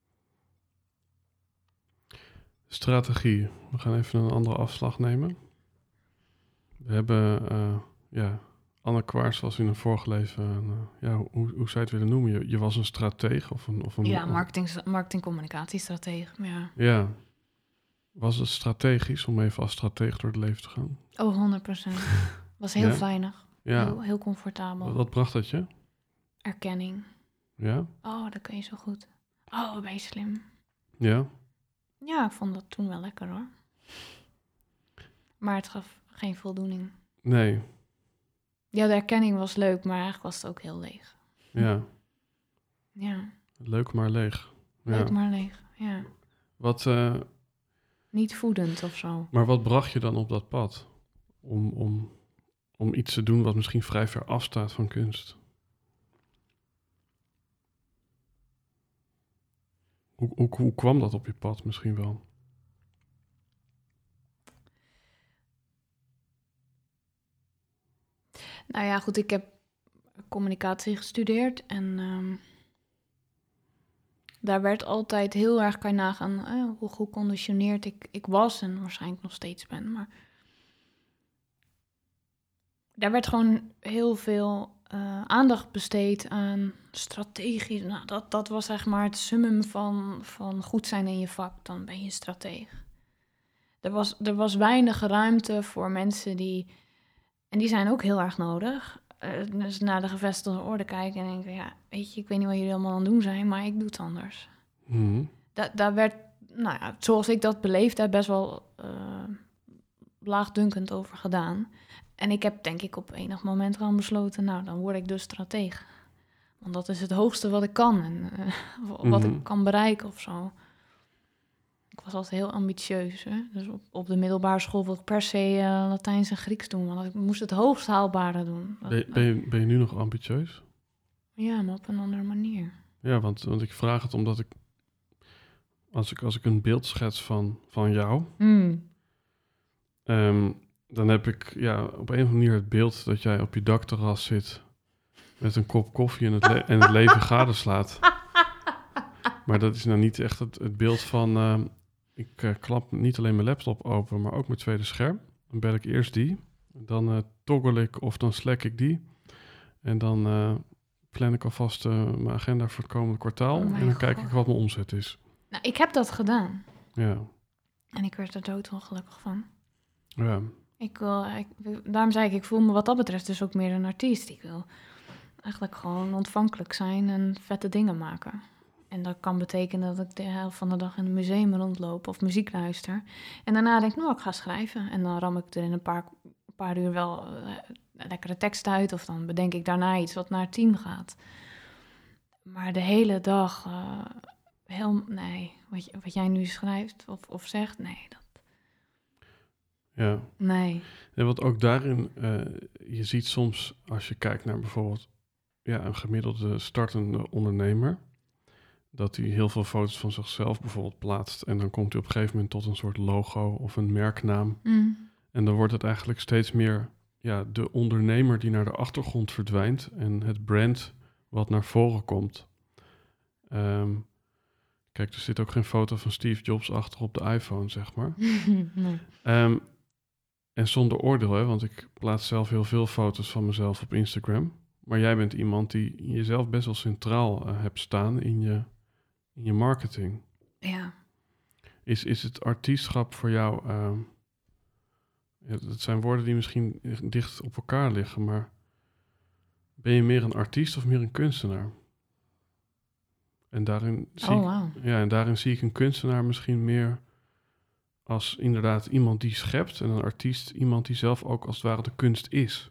Strategie. We gaan even een andere afslag nemen. We hebben, uh, ja, Anne Kwaars was in een vorige leven, uh, ja, hoe, hoe zou je het willen noemen? Je, je was een strateeg of een... Of een Ja, of- marketing, marketing-communicatiestratege. Ja. Ja. Was het strategisch om even als strateeg door het leven te gaan? Oh, honderd procent. Was heel Ja? veilig. Ja. Heel, heel comfortabel. Wat, wat bracht dat je? Erkenning. Ja? Oh, dat kun je zo goed. Oh, ben je slim. Ja? Ja, ik vond dat toen wel lekker hoor. Maar het gaf geen voldoening. Nee. Ja, de erkenning was leuk, maar eigenlijk was het ook heel leeg. Ja. Ja, Leuk maar leeg. Ja. leuk maar leeg. Ja. Wat, uh, Niet voedend of zo. maar wat bracht je dan op dat pad? Om, om, om iets te doen wat misschien vrij ver afstaat van kunst? Hoe, hoe, hoe kwam dat op je pad misschien wel? Nou ja, goed, ik heb communicatie gestudeerd en um, daar werd altijd heel erg, kan je nagaan, eh, hoe geconditioneerd ik, ik was en waarschijnlijk nog steeds ben. Maar daar werd gewoon heel veel uh, aandacht besteed aan strategie. Nou, dat, dat was zeg maar het summum van, van goed zijn in je vak. Dan ben je strateeg. Er was, er was weinig ruimte voor mensen die... En die zijn ook heel erg nodig. Uh, dus naar de gevestigde orde kijken en denken... Ja, weet je, ik weet niet wat jullie allemaal aan het doen zijn... maar ik doe het anders. Mm-hmm. Da- daar werd, nou ja, zoals ik dat beleefd heb... best wel uh, laagdunkend over gedaan... En ik heb denk ik op enig moment gewoon besloten... nou, dan word ik dus strateeg. Want dat is het hoogste wat ik kan. En uh, wat Mm-hmm. ik kan bereiken of zo. ik was altijd heel ambitieus. Hè? Dus op, op de middelbare school wilde ik per se uh, Latijns en Grieks doen. Want ik moest het hoogst haalbare doen. Ben je, ben, je, ben je nu nog ambitieus? Ja, maar op een andere manier. Ja, want, want ik vraag het omdat ik... Als ik, als ik een beeld schets van, van jou... Mm. Um, dan heb ik ja, op een of andere manier het beeld dat jij op je dakterras zit... met een kop koffie en het, le- en het leven gadeslaat. Maar dat is nou niet echt het, het beeld van... Uh, ik uh, klap niet alleen mijn laptop open, maar ook mijn tweede scherm. Dan bel ik eerst die. Dan uh, toggle ik of dan slack ik die. En dan uh, plan ik alvast uh, mijn agenda voor het komende kwartaal. Oh en dan God. kijk ik wat mijn omzet is. Nou, ik heb dat gedaan. Ja. En ik werd er doodongelukkig van. Ja. Ik wil, ik, daarom zei ik, ik voel me wat dat betreft dus ook meer een artiest. Ik wil eigenlijk gewoon ontvankelijk zijn en vette dingen maken. En dat kan betekenen dat ik de helft van de dag in een museum rondloop of muziek luister. En daarna denk ik, nou, ik ga schrijven. En dan ram ik er in een paar, een paar uur wel uh, lekkere tekst uit. Of dan bedenk ik daarna iets wat naar het team gaat. Maar de hele dag, uh, heel, nee, wat, wat jij nu schrijft of, of zegt, nee, dat... Ja. Nee. En wat ook daarin, uh, je ziet soms als je kijkt naar bijvoorbeeld ja, een gemiddelde startende ondernemer, dat hij heel veel foto's van zichzelf bijvoorbeeld plaatst en dan komt hij op een gegeven moment tot een soort logo of een merknaam. Mm. En dan wordt het eigenlijk steeds meer ja, de ondernemer die naar de achtergrond verdwijnt en het brand wat naar voren komt. Um, kijk, er zit ook geen foto van Steve Jobs achter op de iPhone, zeg maar. Nee. Um, En zonder oordeel, hè, want ik plaats zelf heel veel foto's van mezelf op Instagram. Maar jij bent iemand die jezelf best wel centraal uh, hebt staan in je, in je marketing. Ja. Is, is het artiestschap voor jou... Uh, ja, dat zijn woorden die misschien dicht op elkaar liggen, maar... Ben je meer een artiest of meer een kunstenaar? En daarin zie, oh, wow. ik, ja, en daarin zie ik een kunstenaar misschien meer... als inderdaad iemand die schept en een artiest, iemand die zelf ook als het ware de kunst is.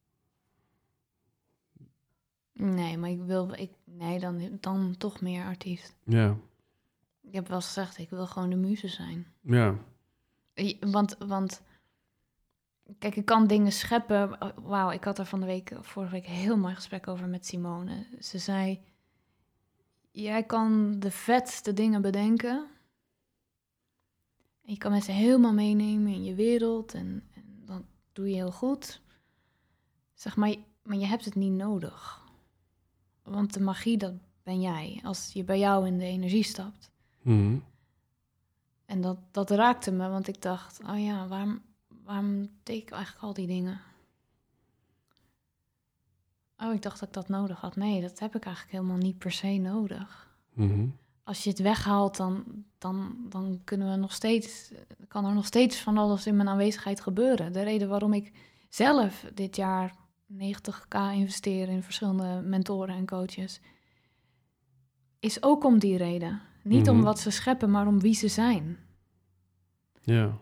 Nee, maar ik wil, ik, nee, dan, dan toch meer artiest. Ja. Ik heb wel eens gezegd, ik wil gewoon de muze zijn. Ja. Want, want, kijk, ik kan dingen scheppen. Wauw, ik had er van de week, vorige week, een heel mooi gesprek over met Simone. Ze zei, jij kan de vetste dingen bedenken... Je kan mensen helemaal meenemen in je wereld en, en dat doe je heel goed. Zeg maar, maar je hebt het niet nodig. Want de magie, dat ben jij. Als je bij jou in de energie stapt. Mm-hmm. En dat, dat raakte me, want ik dacht, oh ja, waarom, waarom deed ik eigenlijk al die dingen? Oh, ik dacht dat ik dat nodig had. Nee, dat heb ik eigenlijk helemaal niet per se nodig. Mm-hmm. Als je het weghaalt, dan, dan, dan kunnen we nog steeds, kan er nog steeds van alles in mijn aanwezigheid gebeuren. De reden waarom ik zelf dit jaar negentig k investeer in verschillende mentoren en coaches, is ook om die reden. Niet Mm-hmm. om wat ze scheppen, maar om wie ze zijn. Ja.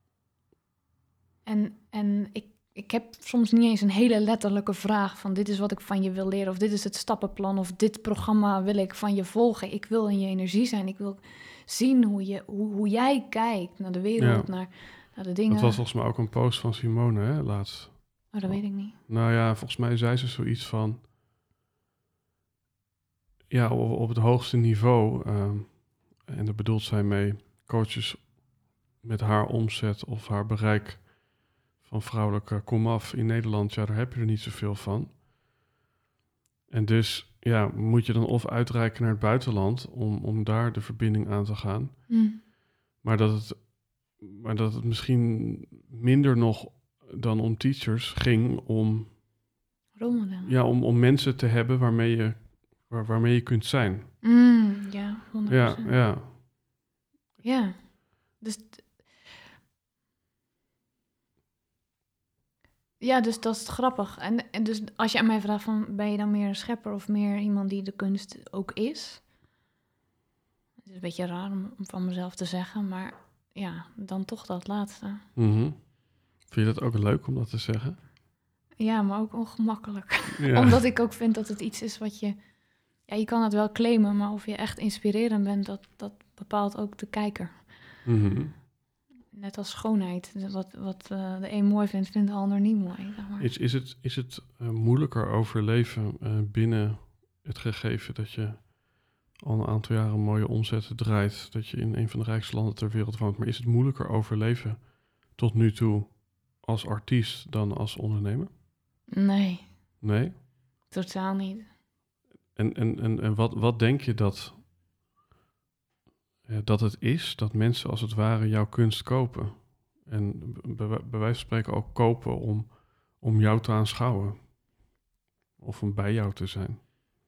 En, en ik, ik heb soms niet eens een hele letterlijke vraag van dit is wat ik van je wil leren, of dit is het stappenplan, of dit programma wil ik van je volgen. Ik wil in je energie zijn. Ik wil zien hoe, je, hoe, hoe jij kijkt naar de wereld, Ja. naar, naar de dingen. Dat was volgens mij ook een post van Simone, hè, laatst. Oh, dat weet ik niet. Nou ja, volgens mij zei ze zoiets van... Ja, op, op het hoogste niveau... Um, en daar bedoelt zij mee... coaches met haar omzet of haar bereik... van vrouwelijke komaf in Nederland... ja, daar heb je er niet zoveel van. En dus ja, moet je dan of uitreiken naar het buitenland... om, om daar de verbinding aan te gaan. Mm. Maar, dat het, maar dat het misschien minder nog... dan om teachers ging om... Rolmodellen. Ja, om, om mensen te hebben waarmee je, waar, waarmee je kunt zijn. Mm, ja, honderd Ja, procent. ja. Ja, dus... t- Ja, dus dat is grappig. En, en dus als je aan mij vraagt van... ben je dan meer een schepper of meer iemand die de kunst ook is? Het is een beetje raar om, om van mezelf te zeggen, maar ja, dan toch dat laatste. Mm-hmm. Vind je dat ook leuk om dat te zeggen? Ja, maar ook ongemakkelijk. Ja. Omdat ik ook vind dat het iets is wat je... Ja, je kan het wel claimen, maar of je echt inspirerend bent, dat, dat bepaalt ook de kijker. Mm-hmm. Net als schoonheid. Dus wat, wat uh, de een mooi vindt, vindt de ander niet mooi. Zeg maar. Is, is het, is het uh, moeilijker overleven uh, binnen het gegeven dat je al een aantal jaren mooie omzetten draait, dat je in een van de rijkste landen ter wereld woont, maar is het moeilijker overleven tot nu toe als artiest dan als ondernemer? Nee. Nee? Totaal niet. En, en, en, en wat, wat denk je dat, ja, dat het is dat mensen als het ware jouw kunst kopen? En bij, bij wijze van spreken ook kopen om, om jou te aanschouwen? Of om bij jou te zijn?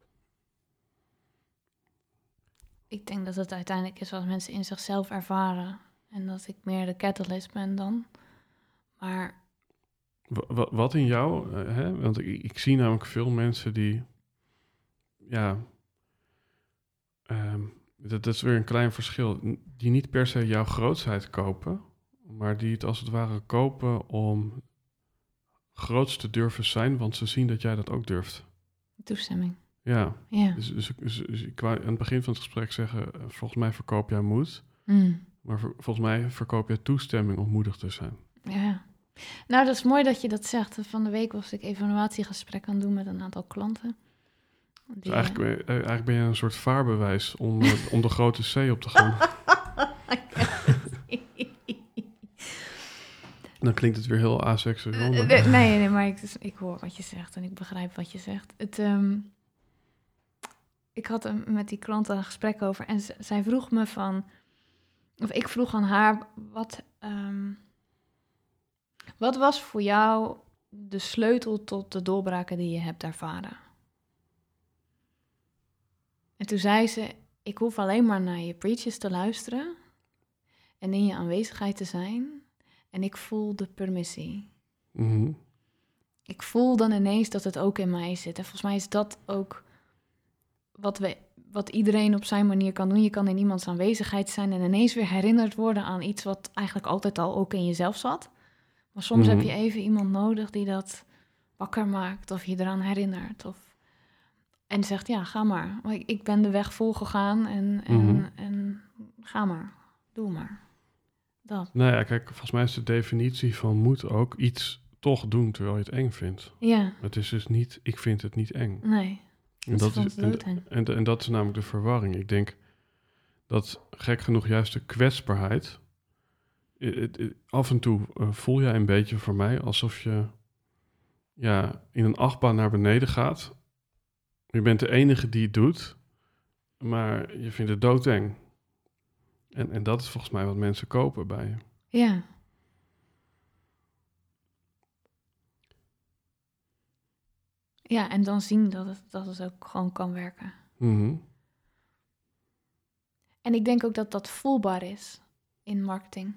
Ik denk dat het uiteindelijk is wat mensen in zichzelf ervaren. En dat ik meer de catalyst ben dan. Maar... Wat, wat in jou, uh, hè? Want ik, ik zie namelijk veel mensen die... Ja... Um, dat, dat is weer een klein verschil. Die niet per se jouw grootsheid kopen, maar die het als het ware kopen om groots te durven zijn, want ze zien dat jij dat ook durft. Toestemming. Ja. Ja. Dus, dus, dus, dus ik wou aan het begin van het gesprek zeggen, volgens mij verkoop jij moed, Mm. maar voor, volgens mij verkoop jij toestemming om moedig te zijn. Ja. Nou, dat is mooi dat je dat zegt. Van de week was ik evaluatiegesprek aan het doen met een aantal klanten. Die, Dus eigenlijk, ben je, eigenlijk ben je een soort vaarbewijs om, om de grote C op te gaan. Dan klinkt het weer heel aseksueel. Maar... Nee, nee, maar ik, ik hoor wat je zegt en ik begrijp wat je zegt. Het, um, ik had er met die klant een gesprek over en z- zij vroeg me van... Of ik vroeg aan haar, wat, um, wat was voor jou de sleutel tot de doorbraken die je hebt ervaren? En toen zei ze, ik hoef alleen maar naar je preaches te luisteren en in je aanwezigheid te zijn en ik voel de permissie. Mm-hmm. Ik voel dan ineens dat het ook in mij zit. En volgens mij is dat ook wat, we, wat iedereen op zijn manier kan doen. Je kan in iemands aanwezigheid zijn en ineens weer herinnerd worden aan iets wat eigenlijk altijd al ook in jezelf zat. Maar soms Mm-hmm. heb je even iemand nodig die dat wakker maakt of je eraan herinnert. Of... En zegt, ja, ga maar. Ik, ik ben de weg volgegaan en, en, Mm-hmm. en ga maar. Doe maar. Dat. Nou ja, kijk, volgens mij is de definitie van moed ook iets toch doen terwijl je het eng vindt. Ja. Het is dus niet, ik vind het niet eng. Nee. En dat, dat is, is en, en, en dat is namelijk de verwarring. Ik denk dat gek genoeg juist de kwetsbaarheid... Het, het, het, af en toe uh, voel jij een beetje voor mij alsof je ja, in een achtbaan naar beneden gaat. Je bent de enige die het doet, maar je vindt het doodeng. En, en dat is volgens mij wat mensen kopen bij je. Ja. Ja, en dan zien dat het, dat het ook gewoon kan werken. Mm-hmm. En ik denk ook dat dat voelbaar is in marketing.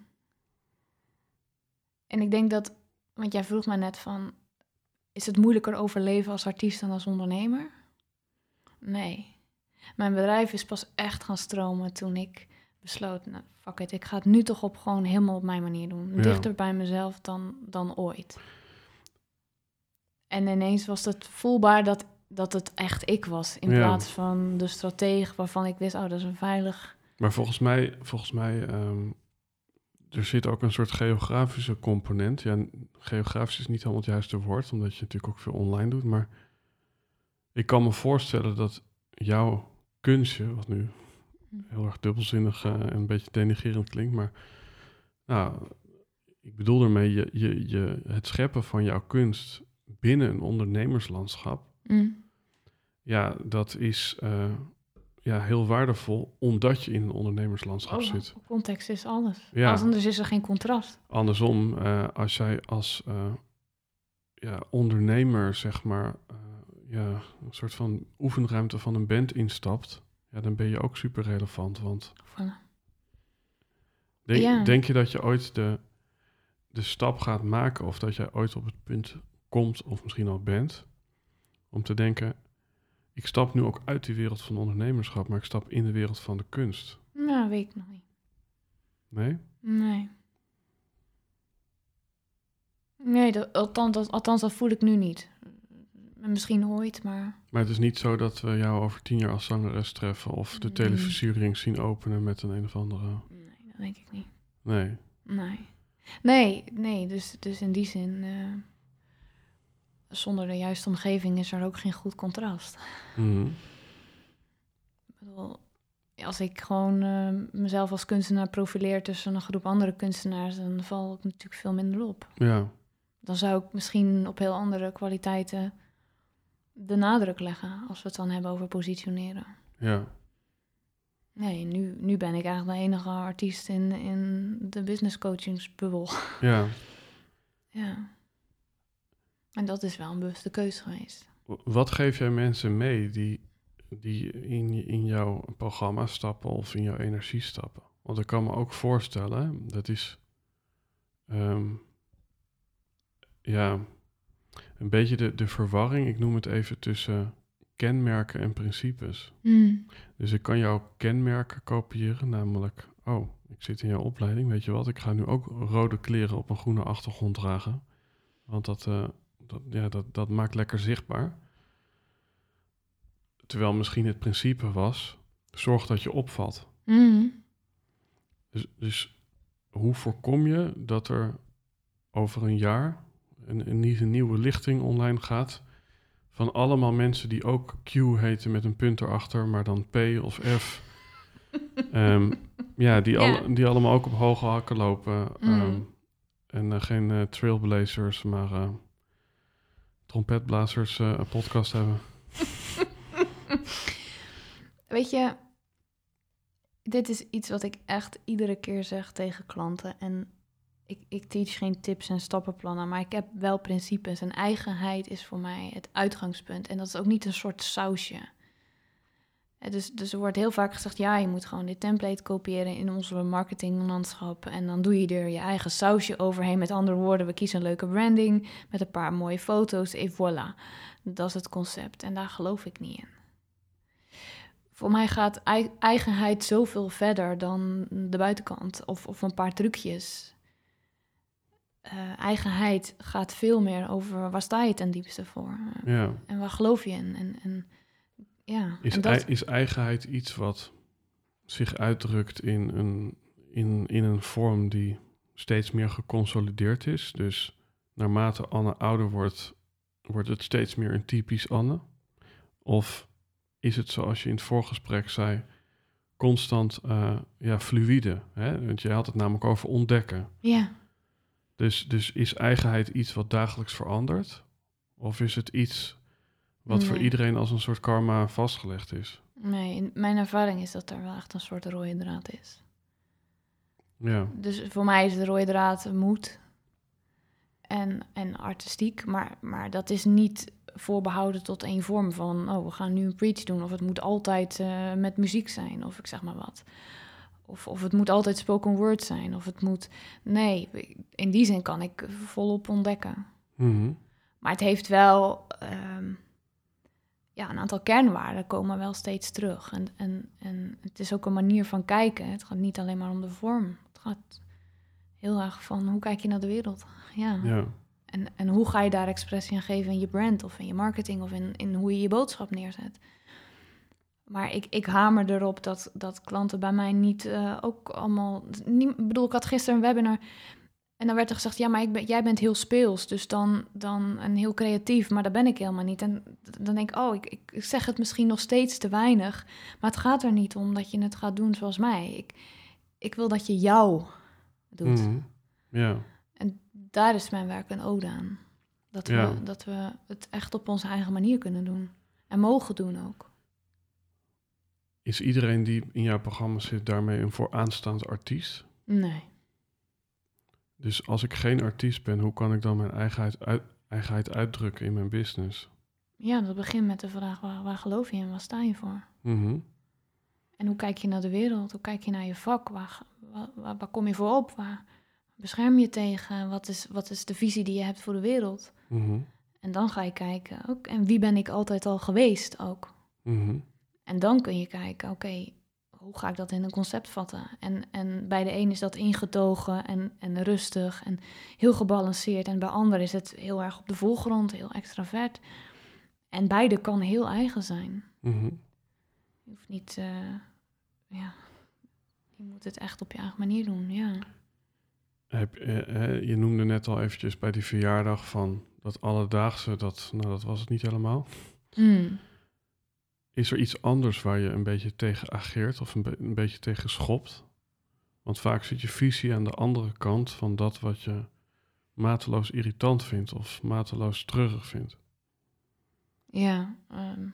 En ik denk dat, want jij vroeg mij net van, is het moeilijker overleven als artiest dan als ondernemer? Nee. Mijn bedrijf is pas echt gaan stromen toen ik besloot, nou, fuck it, ik ga het nu toch op gewoon helemaal op mijn manier doen. Ja. Dichter bij mezelf dan, dan ooit. En ineens was het voelbaar dat, dat het echt ik was. In Ja. plaats van de stratege waarvan ik wist, oh, dat is een veilig... Maar volgens mij, volgens mij um, er zit ook een soort geografische component. Ja, geografisch is niet helemaal het juiste woord, omdat je natuurlijk ook veel online doet. Maar ik kan me voorstellen dat jouw kunstje, wat nu heel erg dubbelzinnig uh, en een beetje denigrerend klinkt, maar nou, ik bedoel ermee je, je, je, het scheppen van jouw kunst binnen een ondernemerslandschap, Mm. ja, dat is uh, ja, heel waardevol, omdat je in een ondernemerslandschap Oh, zit. context is alles. Ja. Anders is er geen contrast. Andersom, uh, als jij als uh, ja, ondernemer, zeg maar, uh, ja, een soort van oefenruimte van een band instapt, ja, dan ben je ook super relevant. Want Voilà. denk, Ja. denk je dat je ooit de, de stap gaat maken, of dat jij ooit op het punt komt, of misschien al bent, om te denken, ik stap nu ook uit die wereld van ondernemerschap, maar ik stap in de wereld van de kunst? Nou, weet ik nog niet. Nee? Nee. Nee, dat, althans, dat, althans, dat voel ik nu niet. Misschien ooit, maar... Maar het is niet zo dat we jou over tien jaar als zangeres treffen of de Nee. televisiering zien openen met een een of andere... Nee, denk ik niet. Nee. Nee. Nee, nee. Dus, dus in die zin, uh, zonder de juiste omgeving is er ook geen goed contrast. Mm-hmm. Ik bedoel, als ik gewoon uh, mezelf als kunstenaar profileer tussen een groep andere kunstenaars, dan val ik natuurlijk veel minder op. Ja. Dan zou ik misschien op heel andere kwaliteiten de nadruk leggen, als we het dan hebben over positioneren. Ja. Nee, nu, nu ben ik eigenlijk de enige artiest in, in de business coachingsbubbel. Ja. Ja. En dat is wel een bewuste keuze geweest. Wat geef jij mensen mee die, die in, in jouw programma stappen of in jouw energie stappen? Want ik kan me ook voorstellen, dat is um, ja, een beetje de, de verwarring, ik noem het even tussen kenmerken en principes. Mm. Dus ik kan jouw kenmerken kopiëren, namelijk, oh, ik zit in jouw opleiding, weet je wat, ik ga nu ook rode kleren op een groene achtergrond dragen. Want dat, uh, dat, ja, dat, dat maakt lekker zichtbaar. Terwijl misschien het principe was, zorg dat je opvalt. Mm. Dus, dus hoe voorkom je dat er over een jaar een, een, een nieuwe lichting online gaat van allemaal mensen die ook Q heten met een punt erachter, maar dan P of F. um, ja, die, Ja. Alle, die allemaal ook op hoge hakken lopen. Mm. Um, en uh, geen uh, trailblazers, maar uh, trompetblazers uh, een podcast hebben. Weet je, dit is iets wat ik echt iedere keer zeg tegen klanten. En ik, ik teach geen tips en stappenplannen, maar ik heb wel principes. En eigenheid is voor mij het uitgangspunt. En dat is ook niet een soort sausje. Dus, dus er wordt heel vaak gezegd, ja, je moet gewoon dit template kopiëren in onze marketinglandschap. En dan doe je er je eigen sausje overheen. Met andere woorden, we kiezen een leuke branding met een paar mooie foto's. Et voilà, dat is het concept. En daar geloof ik niet in. Voor mij gaat eigenheid zoveel verder dan de buitenkant of, of een paar trucjes. Uh, eigenheid gaat veel meer over waar sta je ten diepste voor. Ja. En waar geloof je in. En, en, ja, is, en dat... ei, is eigenheid iets wat zich uitdrukt in een, in, in een vorm die steeds meer geconsolideerd is? Dus naarmate Anne ouder wordt, wordt het steeds meer een typisch Anne? Of is het zoals je in het voorgesprek zei, constant uh, ja, fluïde? Hè? Want je had het namelijk over ontdekken. Ja. Dus, dus is eigenheid iets wat dagelijks verandert? Of is het iets wat nee. voor iedereen als een soort karma vastgelegd is? Nee, in mijn ervaring is dat er wel echt een soort rode draad is. Ja. Dus voor mij is de rode draad moed en, en artistiek. Maar, maar dat is niet voorbehouden tot één vorm van, oh, we gaan nu een preach doen. Of het moet altijd uh, met muziek zijn, of ik zeg maar wat. Of, of het moet altijd spoken word zijn. Of het moet... Nee, in die zin kan ik volop ontdekken. Mm-hmm. Maar het heeft wel... Um, ja, een aantal kernwaarden komen wel steeds terug. En, en, en het is ook een manier van kijken. Het gaat niet alleen maar om de vorm. Het gaat heel erg van, hoe kijk je naar de wereld? Ja. ja. En, en hoe ga je daar expressie aan geven in je brand... of in je marketing of in, in hoe je je boodschap neerzet? Maar ik, ik hamer erop dat, dat klanten bij mij niet uh, ook allemaal... Ik bedoel, ik had gisteren een webinar en dan werd er gezegd... ja, maar ik ben, jij bent heel speels, dus dan, dan en heel creatief, maar dat ben ik helemaal niet. En dan denk ik, oh, ik, ik zeg het misschien nog steeds te weinig... maar het gaat er niet om dat je het gaat doen zoals mij. Ik, ik wil dat je jou doet. Mm-hmm. Ja. En daar is mijn werk een ode aan. Dat we, ja. dat we het echt op onze eigen manier kunnen doen. En mogen doen ook. Is iedereen die in jouw programma zit daarmee een vooraanstaand artiest? Nee. Dus als ik geen artiest ben, hoe kan ik dan mijn eigenheid, uit, eigenheid uitdrukken in mijn business? Ja, dat begint met de vraag, waar, waar geloof je in? Waar sta je voor? Mm-hmm. En hoe kijk je naar de wereld? Hoe kijk je naar je vak? Waar, waar, waar, waar kom je voor op? Waar bescherm je tegen? Wat is, wat is de visie die je hebt voor de wereld? Mm-hmm. En dan ga je kijken, ook, en wie ben ik altijd al geweest ook? Mm-hmm. En dan kun je kijken, oké, okay, hoe ga ik dat in een concept vatten? En, en bij de een is dat ingetogen en, en rustig en heel gebalanceerd. En bij ander is het heel erg op de voorgrond, heel extravert. En beide kan heel eigen zijn. Mm-hmm. Je hoeft niet, uh, ja, je moet het echt op je eigen manier doen, ja. Heb, eh, je noemde net al eventjes bij die verjaardag van dat alledaagse, dat, nou, dat was het niet helemaal. Mm. Is er iets anders waar je een beetje tegen ageert of een, be- een beetje tegen schopt? Want vaak zit je visie aan de andere kant van dat wat je mateloos irritant vindt of mateloos treurig vindt. Ja, um,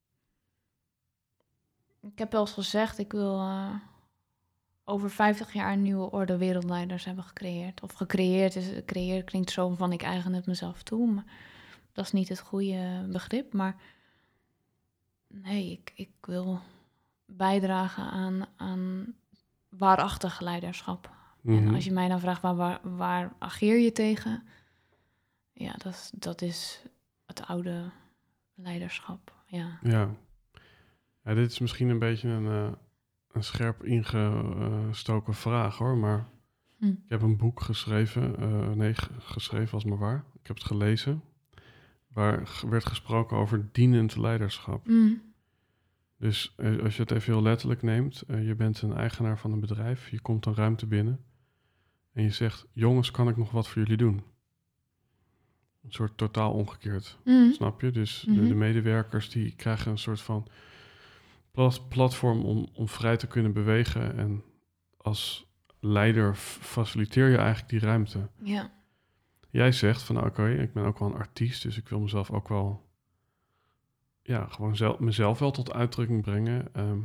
ik heb wel eens gezegd, ik wil uh, over vijftig jaar een nieuwe orde wereldleiders hebben gecreëerd. Of gecreëerd is, creëren klinkt zo van ik eigen het mezelf toe, maar dat is niet het goede begrip. Maar nee, ik, ik wil bijdragen aan, aan waarachtig leiderschap. Mm-hmm. En als je mij dan vraagt, waar, waar, waar ageer je tegen? Ja, dat, is- dat is het oude leiderschap, ja. Ja. Ja, dit is misschien een beetje een, uh, een scherp ingestoken vraag hoor, maar Hm. ik heb een boek geschreven, uh, nee, g- geschreven als maar waar. Ik heb het gelezen, waar g- werd gesproken over dienend leiderschap. Mm. Dus uh, als je het even heel letterlijk neemt, uh, je bent een eigenaar van een bedrijf, je komt een ruimte binnen en je zegt, jongens, kan ik nog wat voor jullie doen? Een soort totaal omgekeerd, Mm. snap je? Dus Mhm. de, de medewerkers die krijgen een soort van plat- platform om, om vrij te kunnen bewegen en als leider f- faciliteer je eigenlijk die ruimte. Ja. Jij zegt van nou, oké, ik ben ook wel een artiest, dus ik wil mezelf ook wel, ja, gewoon zelf, mezelf wel tot uitdrukking brengen. Ehm,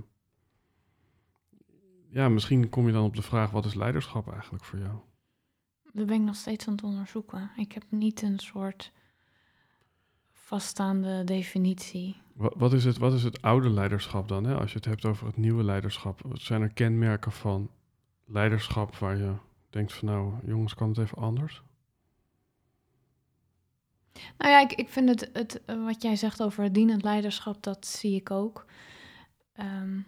ja, misschien kom je dan op de vraag, wat is leiderschap eigenlijk voor jou? Dat ben ik nog steeds aan het onderzoeken. Ik heb niet een soort vaststaande definitie. Wat, wat, is, het, wat is het oude leiderschap dan? Hè? Als je het hebt over het nieuwe leiderschap, wat zijn er kenmerken van leiderschap waar je denkt van nou, jongens, kan het even anders? Nou ja, ik, ik vind het, het eh, wat jij zegt over het dienend leiderschap, dat zie ik ook. Ehm,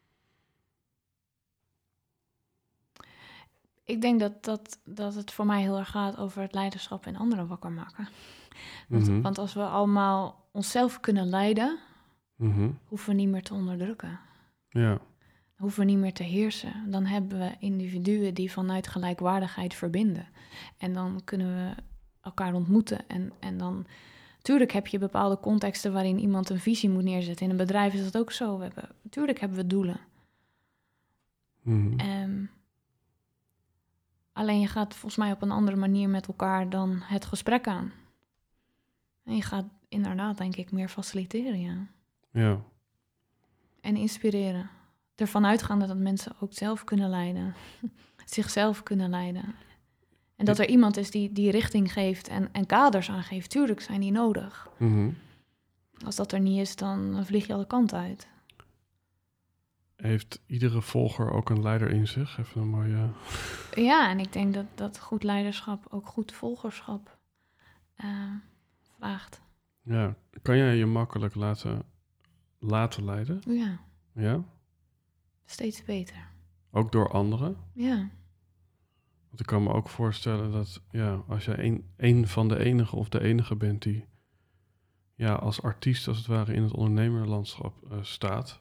ik denk dat, dat, dat het voor mij heel erg gaat over het leiderschap en anderen wakker maken. Want, Mhm. want als we allemaal onszelf kunnen leiden, Mhm. hoeven we niet meer te onderdrukken. Ja, Hoeven we niet meer te heersen. Dan hebben we individuen die vanuit gelijkwaardigheid verbinden. En dan kunnen we elkaar ontmoeten. En, en dan, tuurlijk heb je bepaalde contexten waarin iemand een visie moet neerzetten. In een bedrijf is dat ook zo. We hebben, tuurlijk hebben we doelen. mhm. Ehm, alleen je gaat volgens mij op een andere manier met elkaar dan het gesprek aan. En je gaat inderdaad, denk ik, meer faciliteren, ja. ja. En inspireren. Ervan uitgaande dat mensen ook zelf kunnen leiden. Zichzelf kunnen leiden. En dat er iemand is die, die richting geeft en, en kaders aangeeft. Tuurlijk zijn die nodig. Mhm. Als dat er niet is, dan vlieg je alle kanten uit. Heeft iedere volger ook een leider in zich? Even een mooie... Ja, en ik denk dat, dat goed leiderschap ook goed volgerschap uh, vraagt. Ja, kan jij je makkelijk laten, laten leiden? Ja, Ja? steeds beter. Ook door anderen? Ja, Want ik kan me ook voorstellen dat ja, als jij een, een van de enige of de enige bent die ja, als artiest als het ware in het ondernemerlandschap uh, staat.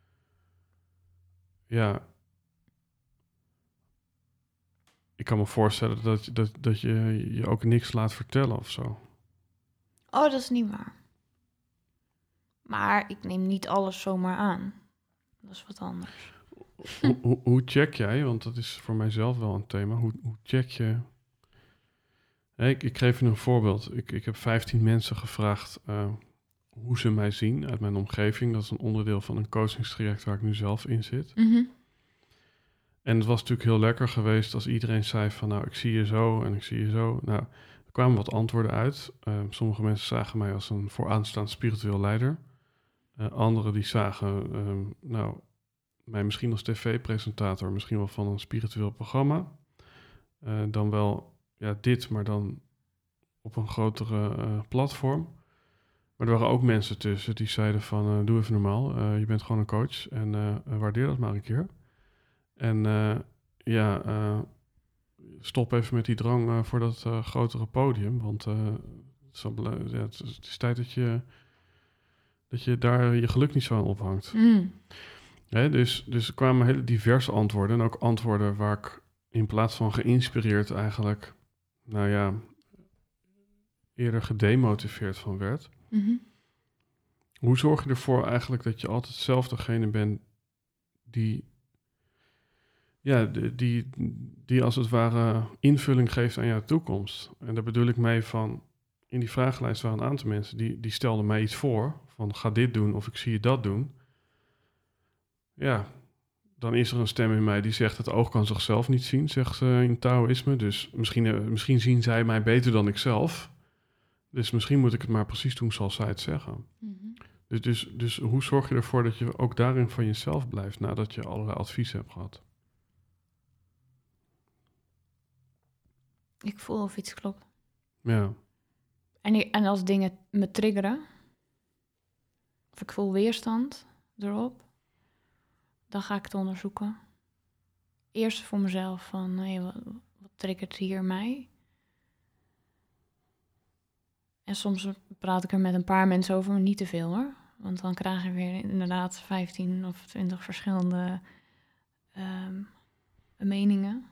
Ja, ik kan me voorstellen dat, dat, dat je je ook niks laat vertellen of zo. oh, dat is niet waar. Maar ik neem niet alles zomaar aan. Dat is wat anders. Hoe, hoe, hoe check jij, want dat is voor mijzelf wel een thema, hoe, hoe check je... Hey, ik, ik geef je een voorbeeld. Ik, ik heb vijftien mensen gevraagd uh, hoe ze mij zien uit mijn omgeving. Dat is een onderdeel van een coachingstraject waar ik nu zelf in zit. Mm-hmm. En het was natuurlijk heel lekker geweest als iedereen zei van nou, ik zie je zo en ik zie je zo. Nou, er kwamen wat antwoorden uit. Uh, sommige mensen zagen mij als een vooraanstaand spiritueel leider. Uh, anderen die zagen uh, nou, mij misschien als tv-presentator, misschien wel van een spiritueel programma. Uh, dan wel ja, dit, maar dan op een grotere uh, platform. Maar er waren ook mensen tussen die zeiden van uh, doe even normaal. Uh, je bent gewoon een coach en uh, waardeer dat maar een keer. En uh, ja, uh, stop even met die drang uh, voor dat uh, grotere podium. Want uh, het, is wel, ja, het, is, het is tijd dat je, dat je daar je geluk niet zo aan ophangt. Mm. Hè, dus, dus er kwamen hele diverse antwoorden. En ook antwoorden waar ik in plaats van geïnspireerd eigenlijk, nou ja, eerder gedemotiveerd van werd. Mm-hmm. Hoe zorg je ervoor eigenlijk dat je altijd zelf degene bent die, ja, die, die, die als het ware invulling geeft aan jouw toekomst? En daar bedoel ik mee van, in die vragenlijst waren een aantal mensen die, die stelden mij iets voor, van ga dit doen of ik zie je dat doen. Ja, dan is er een stem in mij die zegt, het oog kan zichzelf niet zien, zegt ze in Taoïsme. Dus misschien, uh, misschien zien zij mij beter dan ik zelf. Dus misschien moet ik het maar precies doen zoals zij het zeggen. Mm-hmm. Dus, dus, dus hoe zorg je ervoor dat je ook daarin van jezelf blijft nadat je allerlei adviezen hebt gehad? Ik voel of iets klopt. Ja. En, ik, en als dingen me triggeren, of ik voel weerstand erop, dan ga ik het onderzoeken. Eerst voor mezelf, van hey, wat, wat triggert hier mij? En soms praat ik er met een paar mensen over, maar niet te veel hoor. Want dan krijg je weer inderdaad vijftien of twintig verschillende um, meningen.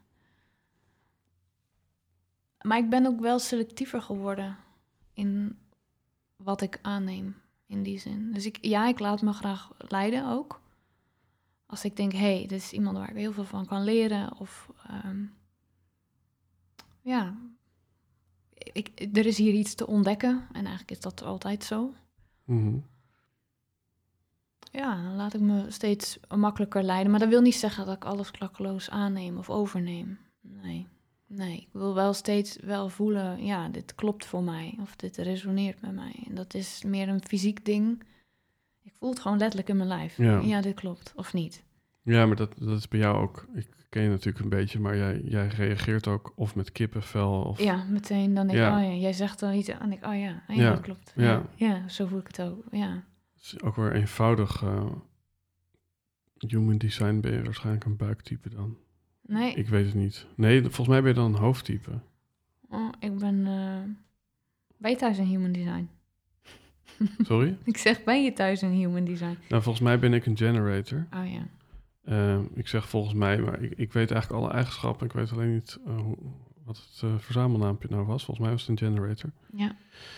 Maar ik ben ook wel selectiever geworden in wat ik aanneem in die zin. Dus ik, ja, ik laat me graag leiden ook. Als ik denk, hé, hey, dit is iemand waar ik heel veel van kan leren. Of um, ja, ik, er is hier iets te ontdekken. En eigenlijk is dat altijd zo. Mm-hmm. Ja, dan laat ik me steeds makkelijker leiden. Maar dat wil niet zeggen dat ik alles klakkeloos aanneem of overneem. Nee, nee. Ik wil wel steeds wel voelen, ja, dit klopt voor mij. Of dit resoneert met mij. En dat is meer een fysiek ding. Ik voel het gewoon letterlijk in mijn lijf. Ja, ja dit klopt. Of niet. Ja, maar dat, dat is bij jou ook, ik ken je natuurlijk een beetje, maar jij, jij reageert ook of met kippenvel of... Ja, meteen dan denk ik, Ja. oh ja, jij zegt dan iets en ik, oh ja, ja, Ja, dat klopt. ja. Ja. ja, zo voel ik het ook, ja. Het is ook weer eenvoudig. Uh, human design ben je waarschijnlijk een buiktype dan. Nee, Ik weet het niet. Nee, volgens mij ben je dan een hoofdtype. oh, ik ben, uh, ben je thuis in human design? Sorry? Ik zeg, ben je thuis in human design? Nou, volgens mij ben ik een generator. Oh ja. Uh, ik zeg volgens mij, maar ik, ik weet eigenlijk alle eigenschappen. Ik weet alleen niet uh, hoe, wat het uh, verzamelnaampje nou was. Volgens mij was het een generator. Ja.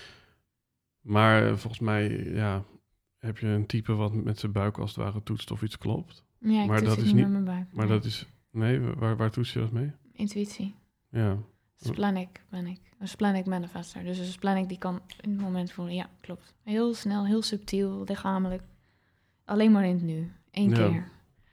Maar uh, volgens mij, ja, heb je een type wat met zijn buik als het ware toetst of iets klopt. Ja, ik maar toets dat het is niet niet, met mijn buik. Maar nee. dat is, nee, waar, waar toets je dat mee? Intuïtie. Ja. Splenic ben ik. Een splenic manifester. Dus een splenic die kan in het moment voelen, ja, klopt. Heel snel, heel subtiel, lichamelijk. Alleen maar in het nu. Eén Ja. keer.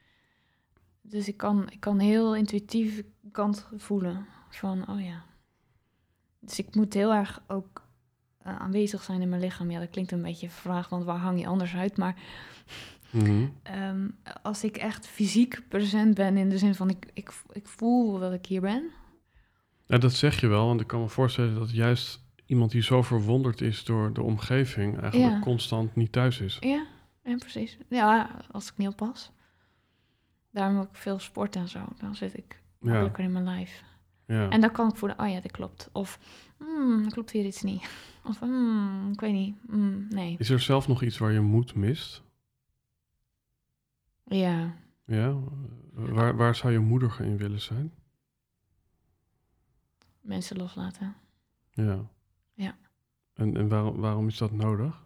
Dus ik kan, ik kan heel intuïtief kant voelen van, oh ja. Dus ik moet heel erg ook uh, aanwezig zijn in mijn lichaam. Ja, dat klinkt een beetje vraag, want waar hang je anders uit? Maar Mm-hmm. um, als ik echt fysiek present ben in de zin van, ik, ik, ik voel dat ik hier ben. Ja, dat zeg je wel, want ik kan me voorstellen dat juist iemand die zo verwonderd is door de omgeving eigenlijk Ja. constant niet thuis is. Ja, ja, precies. Ja, als ik niet oppas. Daarom ook veel sport en zo. Dan zit ik makkelijker Ja. in mijn lijf. Ja. En dan kan ik voelen, oh ja, dit klopt. Of, hmm, er klopt hier iets niet. Of, hmm, ik weet niet. Hmm, nee. Is er zelf nog iets waar je moed mist? Ja. Ja? Waar, waar zou je moediger in willen zijn? Mensen loslaten. Ja. Ja. En, en waarom, waarom is dat nodig?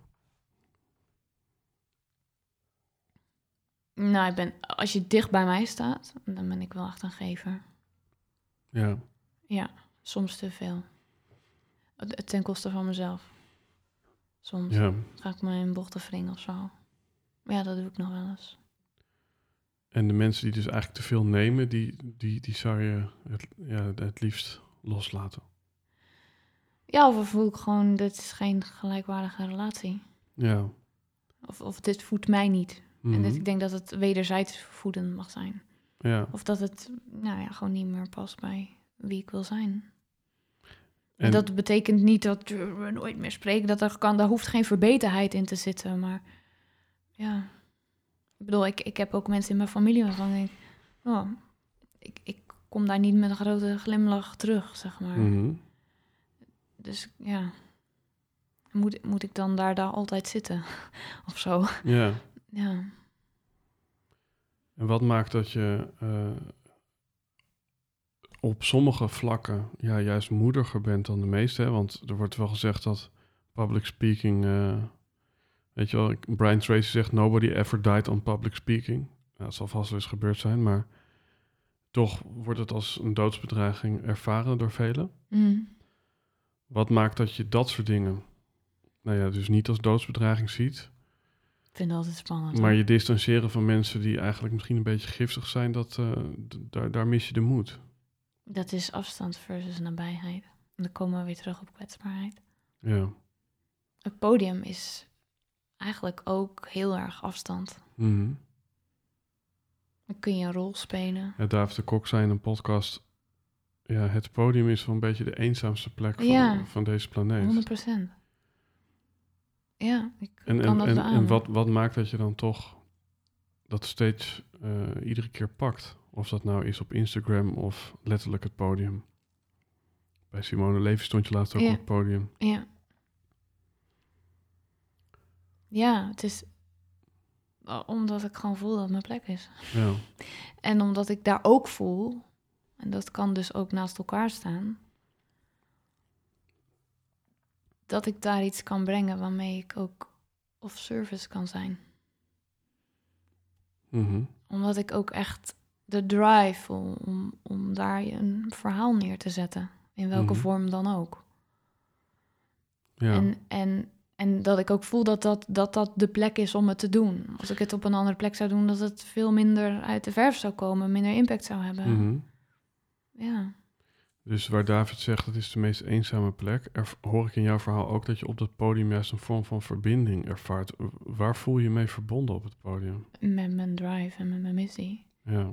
Nou, ik ben, als je dicht bij mij staat, dan ben ik wel echt een gever. Ja. Ja, soms te veel. Ten koste van mezelf. Soms Ja. ga ik me in bochten wringen of zo. Ja, dat doe ik nog wel eens. En de mensen die dus eigenlijk te veel nemen, die, die, die zou je het, ja, het liefst loslaten. Ja, of voel ik gewoon, dit is geen gelijkwaardige relatie. Ja. Of, of dit voedt mij niet. Mm-hmm. En dat, ik denk dat het wederzijds voedend mag zijn. Ja. Of dat het nou ja, gewoon niet meer past bij wie ik wil zijn. En, En dat betekent niet dat we nooit meer spreken. Dat er kan, daar hoeft geen verbeterheid in te zitten. Maar ja, ik bedoel, ik, ik heb ook mensen in mijn familie waarvan ik denk, oh, ik, ik kom daar niet met een grote glimlach terug, zeg maar. Mm-hmm. Dus ja, moet, moet ik dan daar, daar altijd zitten of zo? Ja. Ja. En wat maakt dat je uh, op sommige vlakken ja, juist moediger bent dan de meeste? Hè? Want er wordt wel gezegd dat public speaking... Uh, weet je wel, Brian Tracy zegt... Nobody ever died on public speaking. Nou, dat zal vast wel eens gebeurd zijn, maar... toch wordt het als een doodsbedreiging ervaren door velen. Mm. Wat maakt dat je dat soort dingen... nou ja, dus niet als doodsbedreiging ziet... Ik vind het altijd spannend. maar je distancieren van mensen die eigenlijk misschien een beetje giftig zijn... dat, uh, d- daar, daar mis je de moed. Dat is afstand versus nabijheid. En dan komen we weer terug op kwetsbaarheid. Ja. Het podium is eigenlijk ook heel erg afstand. Mm-hmm. Dan kun je een rol spelen. Ja, David de Kok zei in een podcast... ja, het podium is wel een beetje de eenzaamste plek van, Ja. van deze planeet. honderd procent. Ja, ik En, kan en, dat en, beamen. en wat, wat maakt dat je dan toch dat steeds uh, iedere keer pakt? Of dat nou is op Instagram of letterlijk het podium. Bij Simone Levy stond je laatst ook Ja. op het podium. Ja. Ja, het is... omdat ik gewoon voel dat het mijn plek is. Ja. En omdat ik daar ook voel... en dat kan dus ook naast elkaar staan... dat ik daar iets kan brengen waarmee ik ook of service kan zijn. Mm-hmm. Omdat ik ook echt de drive voel om, om daar een verhaal neer te zetten. In welke Mm-hmm. vorm dan ook. Ja. En, en, en dat ik ook voel dat dat, dat dat de plek is om het te doen. Als ik het op een andere plek zou doen... dat het veel minder uit de verf zou komen. Minder impact zou hebben. Mm-hmm. Ja. Dus waar David zegt, dat is de meest eenzame plek... Er, hoor ik in jouw verhaal ook dat je op dat podium... juist een vorm van verbinding ervaart. Waar voel je je mee verbonden op het podium? Met mijn drive en met mijn missie. Ja.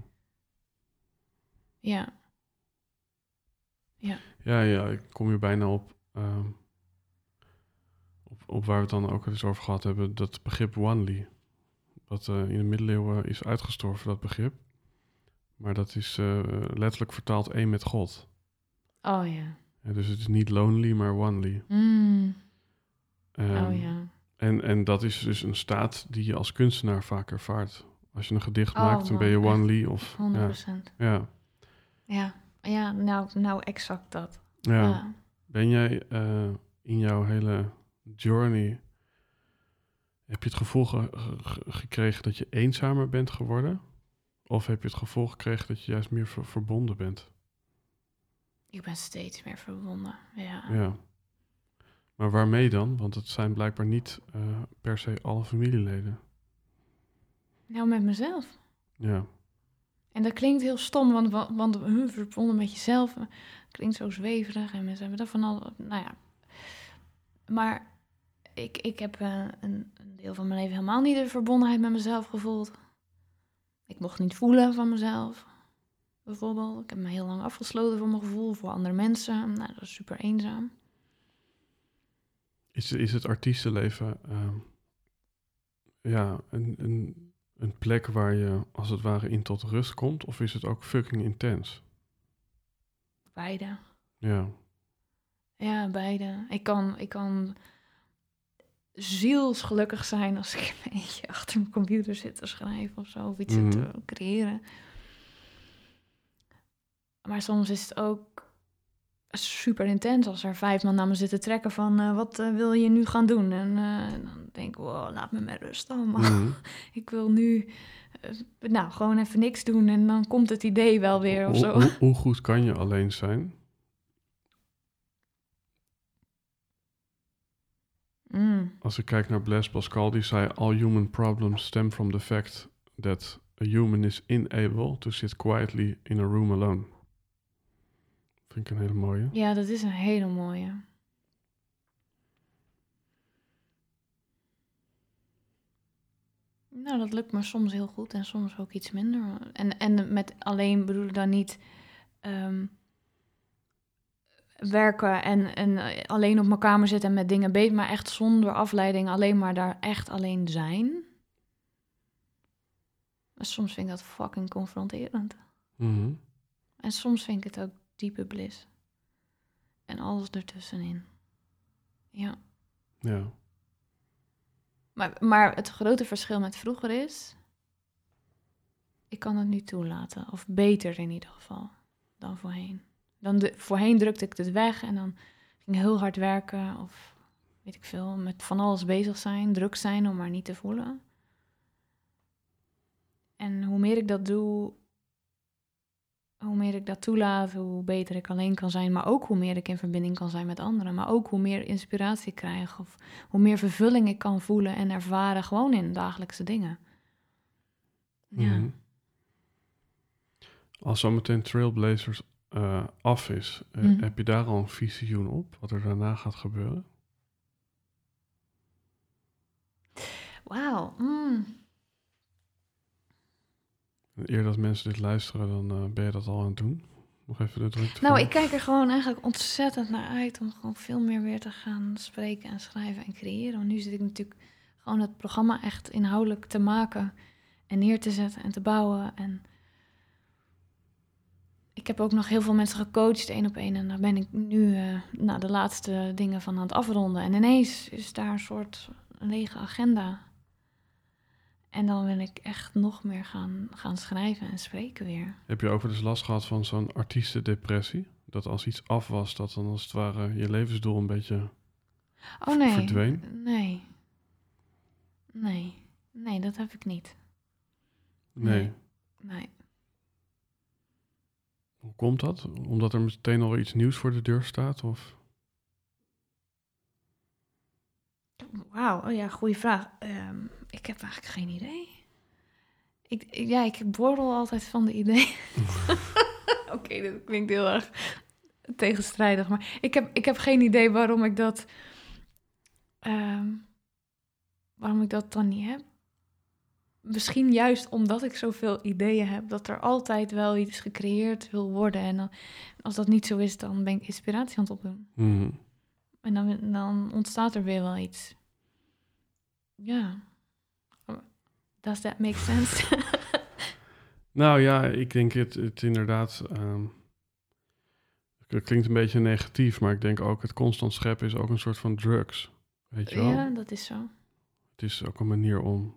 Ja. Ja. Ja, ja, ik kom hier bijna op, uh, op... op waar we het dan ook eens over gehad hebben... dat begrip Wanli. Wat uh, in de middeleeuwen is uitgestorven, dat begrip. Maar dat is uh, letterlijk vertaald één met God. Oh ja. Ja, dus het is niet lonely, maar Wanli. Mm. Um, Oh ja. En, en dat is dus een staat die je als kunstenaar vaak ervaart. Als je een gedicht Oh, maakt, dan ben je man, echt. Wanli. Of, honderd procent. ja, ja. Ja. Ja, nou, nou exact dat. Ja. Ja. Ben jij uh, in jouw hele journey... heb je het gevoel ge- ge- gekregen dat je eenzamer bent geworden? Of heb je het gevoel gekregen dat je juist meer ver- verbonden bent? Ik ben steeds meer verbonden. Ja. Ja. Maar waarmee dan? Want het zijn blijkbaar niet uh, per se alle familieleden. Nou, met mezelf. Ja. En dat klinkt heel stom, want, want, want uh, verbonden met jezelf uh, klinkt zo zweverig en mensen hebben dat van al. Nou ja. Maar ik, ik heb uh, een, een deel van mijn leven helemaal niet de verbondenheid met mezelf gevoeld. Ik mocht niet voelen van mezelf, bijvoorbeeld. Ik heb me heel lang afgesloten voor mijn gevoel, voor andere mensen. Nou, dat is super eenzaam. Is, is het artiestenleven uh, ja, een, een, een plek waar je als het ware in tot rust komt? Of is het ook fucking intens? Beide. Ja. Ja, beide. Ik kan, ik kan zielsgelukkig zijn als ik een beetje achter mijn computer zit te schrijven of zo. Of iets Mhm. te creëren. Maar soms is het ook super intens als er vijf man naar me zitten trekken van... Uh, wat uh, wil je nu gaan doen? En uh, dan denk ik, wow, laat me met rust allemaal. Mhm. Ik wil nu uh, nou, gewoon even niks doen en dan komt het idee wel weer of Hoe, zo. hoe, hoe goed kan je alleen zijn? Mm. Als ik kijk naar Blaise Pascal, die zei... All human problems stem from the fact that a human is unable to sit quietly in a room alone. Vind ik een hele mooie. Ja, dat is een hele mooie. Nou, dat lukt me soms heel goed en soms ook iets minder. En, en met alleen bedoel ik dan niet um, werken en, en alleen op mijn kamer zitten en met dingen bezig, maar echt zonder afleiding alleen maar daar echt alleen zijn. Maar soms vind ik dat fucking confronterend. Mm-hmm. En soms vind ik het ook diepe bliss. En alles ertussenin. Ja. Ja. Maar, maar het grote verschil met vroeger is... ik kan het nu toelaten. Of beter in ieder geval dan voorheen. Dan de, voorheen drukte ik het weg en dan ging ik heel hard werken. Of weet ik veel, met van alles bezig zijn. Druk zijn om maar niet te voelen. En hoe meer ik dat doe, hoe meer ik dat toelaat, hoe beter ik alleen kan zijn. Maar ook hoe meer ik in verbinding kan zijn met anderen. Maar ook hoe meer inspiratie ik krijg. Of hoe meer vervulling ik kan voelen en ervaren. Gewoon in dagelijkse dingen. Ja. Mm-hmm. Als zometeen Trailblazers uh, af is, uh, Mm. heb je daar al een visioen op? Wat er daarna gaat gebeuren? Wauw. Mm. Eerder als mensen dit luisteren, dan uh, ben je dat al aan het doen. Nog even de drukte. Nou, van. ik kijk er gewoon eigenlijk ontzettend naar uit om gewoon veel meer weer te gaan spreken en schrijven en creëren. Want nu zit ik natuurlijk gewoon het programma echt inhoudelijk te maken en neer te zetten en te bouwen. En ik heb ook nog heel veel mensen gecoacht, één op één. En daar ben ik nu uh, nou, de laatste dingen van aan het afronden. En ineens is daar een soort lege agenda. En dan wil ik echt nog meer gaan, gaan schrijven en spreken weer. Heb je ook wel eens last gehad van zo'n artiestendepressie? Dat als iets af was, dat dan als het ware je levensdoel een beetje oh, nee. verdween? Nee. Nee. Nee, dat heb ik niet. Nee. Nee. nee. Hoe komt dat? Omdat er meteen al iets nieuws voor de deur staat? Of? Wauw, oh ja, goede vraag. Um, ik heb eigenlijk geen idee. Ik, ik, ja, ik borrel altijd van de idee. Oké, okay, dat klinkt heel erg tegenstrijdig. Maar ik heb, ik heb geen idee waarom ik dat... Um, waarom ik dat dan niet heb. Misschien juist omdat ik zoveel ideeën heb... dat er altijd wel iets gecreëerd wil worden. En dan, als dat niet zo is, dan ben ik inspiratie aan het opdoen. Mm-hmm. En dan, dan ontstaat er weer wel iets. Ja. Does that make sense? Nou ja, ik denk het, het inderdaad... Um, het klinkt een beetje negatief, maar ik denk ook... het constant scheppen is ook een soort van drugs. Weet je wel? Ja, dat is zo. Het is ook een manier om...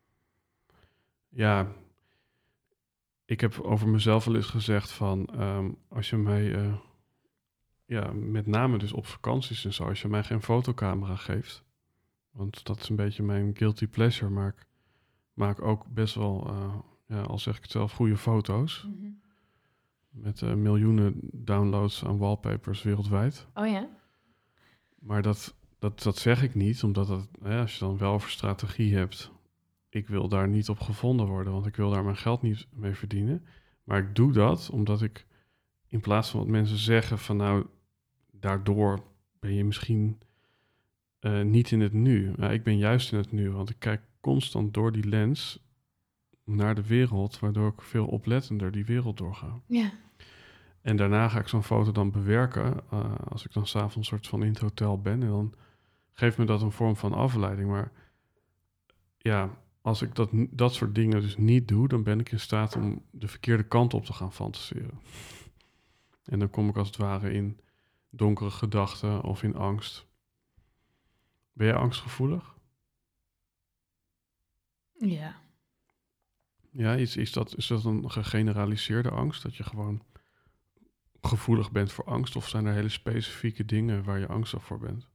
Ja, ik heb over mezelf wel eens gezegd van... Um, als je mij... Uh, ja, met name dus op vakanties en zo... als je mij geen fotocamera geeft... want dat is een beetje mijn guilty pleasure... maar ik maak ook best wel... Uh, ja, al zeg ik het zelf, goede foto's. Mm-hmm. Met uh, miljoenen downloads aan wallpapers wereldwijd. Oh ja? Maar dat, dat, dat zeg ik niet, omdat dat, hè, als je dan wel over strategie hebt... ik wil daar niet op gevonden worden, want ik wil daar mijn geld niet mee verdienen. Maar ik doe dat omdat ik, in plaats van wat mensen zeggen van... nou, daardoor ben je misschien uh, niet in het nu. Nou, ik ben juist in het nu, want ik kijk constant door die lens... naar de wereld, waardoor ik veel oplettender die wereld doorga. Ja. En daarna ga ik zo'n foto dan bewerken, uh, als ik dan s'avonds een soort van in het hotel ben. En dan geeft me dat een vorm van afleiding. Maar ja, als ik dat, dat soort dingen dus niet doe, dan ben ik in staat om de verkeerde kant op te gaan fantaseren. En dan kom ik als het ware in donkere gedachten of in angst. Ben jij angstgevoelig? Ja. Ja, is, is, dat, is dat een gegeneraliseerde angst? Dat je gewoon gevoelig bent voor angst? Of zijn er hele specifieke dingen waar je angstig voor bent?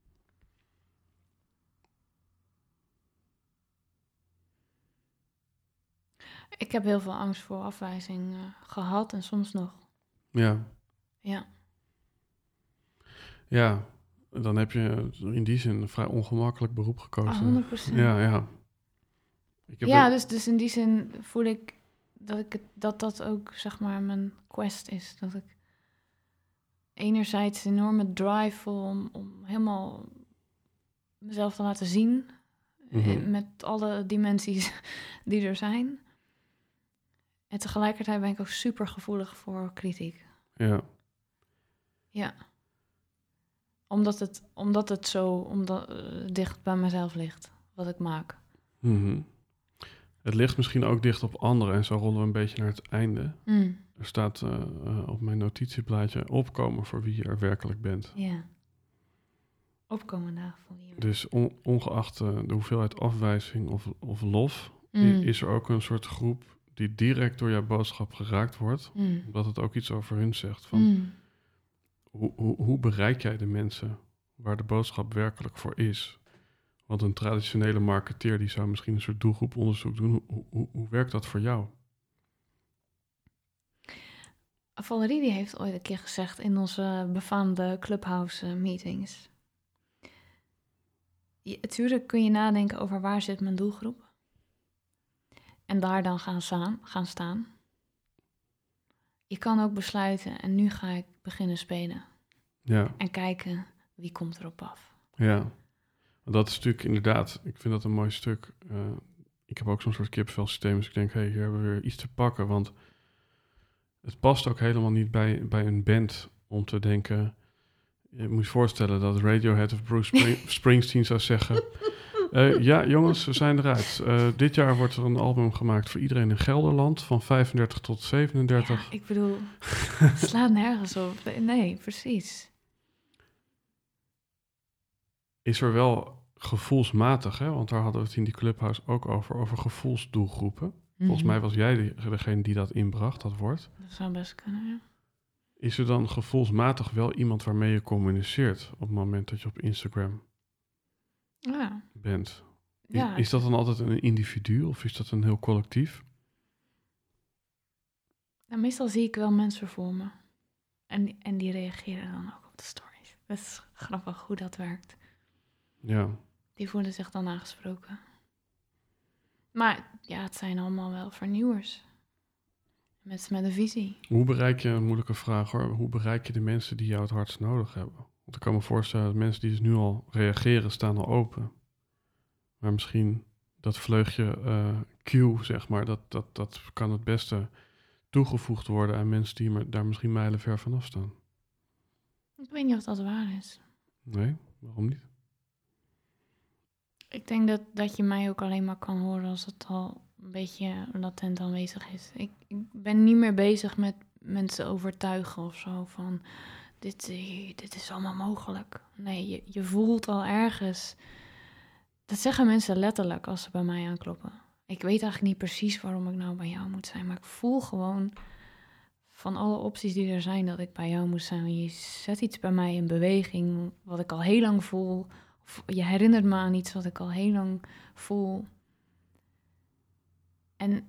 Ik heb heel veel angst voor afwijzing uh, gehad en soms nog. Ja. Ja. Ja, dan heb je in die zin een vrij ongemakkelijk beroep gekozen. Oh, honderd procent. Ja, ja. Ik heb ja, er... dus, dus in die zin voel ik dat, ik het, dat dat ook, zeg maar, mijn quest is. Dat ik enerzijds een enorme drive voel om, om helemaal mezelf te laten zien. Mm-hmm. Met alle dimensies die er zijn. En tegelijkertijd ben ik ook super gevoelig voor kritiek. Ja. Ja. Omdat het, omdat het zo omdat, uh, dicht bij mezelf ligt, wat ik maak. Mm-hmm. Het ligt misschien ook dicht op anderen en zo rollen we een beetje naar het einde. Mm. Er staat uh, uh, op mijn notitieblaadje opkomen voor wie je er werkelijk bent. Ja. Opkomen dagen voor wie je Dus on, ongeacht uh, de hoeveelheid afwijzing of, of lof, mm. is er ook een soort groep die direct door jouw boodschap geraakt wordt, Mm. omdat het ook iets over hun zegt. Van, Mm. hoe, hoe, hoe bereik jij de mensen waar de boodschap werkelijk voor is? Want een traditionele marketeer die zou misschien een soort doelgroeponderzoek doen. Hoe, hoe, hoe werkt dat voor jou? Valerie die heeft ooit een keer gezegd in onze befaamde Clubhouse uh, meetings. Natuurlijk kun je nadenken over waar zit mijn doelgroep. En daar dan gaan staan, gaan staan. Je kan ook besluiten en nu ga ik beginnen spelen. Ja. En kijken wie komt erop af. Ja, dat is natuurlijk inderdaad, ik vind dat een mooi stuk. Uh, ik heb ook zo'n soort kipvelsysteem, dus ik denk, hé, hey, hier hebben we weer iets te pakken. Want het past ook helemaal niet bij, bij een band om te denken... Je moet je voorstellen dat Radiohead of Bruce Spring, Springsteen zou zeggen... Uh, ja, jongens, we zijn eruit. Uh, dit jaar wordt er een album gemaakt voor iedereen in Gelderland... van vijfendertig tot zevenendertig. Ja, ik bedoel, het slaat nergens op. Nee, precies. Is er wel gevoelsmatig, hè? Want daar hadden we het in die Clubhouse ook over... over gevoelsdoelgroepen. Mm-hmm. Volgens mij was jij de, degene die dat inbracht, dat woord. Dat zou best kunnen, ja. Is er dan gevoelsmatig wel iemand waarmee je communiceert... op het moment dat je op Instagram... Ja. bent. Is, Ja, is dat dan altijd een individu of is dat een heel collectief? Nou, meestal zie ik wel mensen voor me. En, die- en die reageren dan ook op de stories. Dat is grappig hoe dat werkt. Ja, Die voelen zich dan aangesproken. Maar ja, het zijn allemaal wel vernieuwers. Mensen met een visie. hoe bereik je, een moeilijke vraag hoor, hoe bereik je de mensen die jou het hardst nodig hebben? Want ik kan me voorstellen dat mensen die dus nu al reageren, staan al open. Maar misschien dat vleugje uh, Q, zeg maar, dat, dat, dat kan het beste toegevoegd worden aan mensen die me, daar misschien mijlenver vanaf staan. Ik weet niet of dat waar is. Nee, waarom niet? Ik denk dat, dat je mij ook alleen maar kan horen als het al een beetje latent aanwezig is. Ik, ik ben niet meer bezig met mensen overtuigen of zo van... Dit, eh, dit is allemaal mogelijk. Nee, je, je voelt al ergens... Dat zeggen mensen letterlijk als ze bij mij aankloppen. Ik weet eigenlijk niet precies waarom ik nou bij jou moet zijn. Maar ik voel gewoon van alle opties die er zijn dat ik bij jou moet zijn. Je zet iets bij mij in beweging wat ik al heel lang voel. Of je herinnert me aan iets wat ik al heel lang voel. En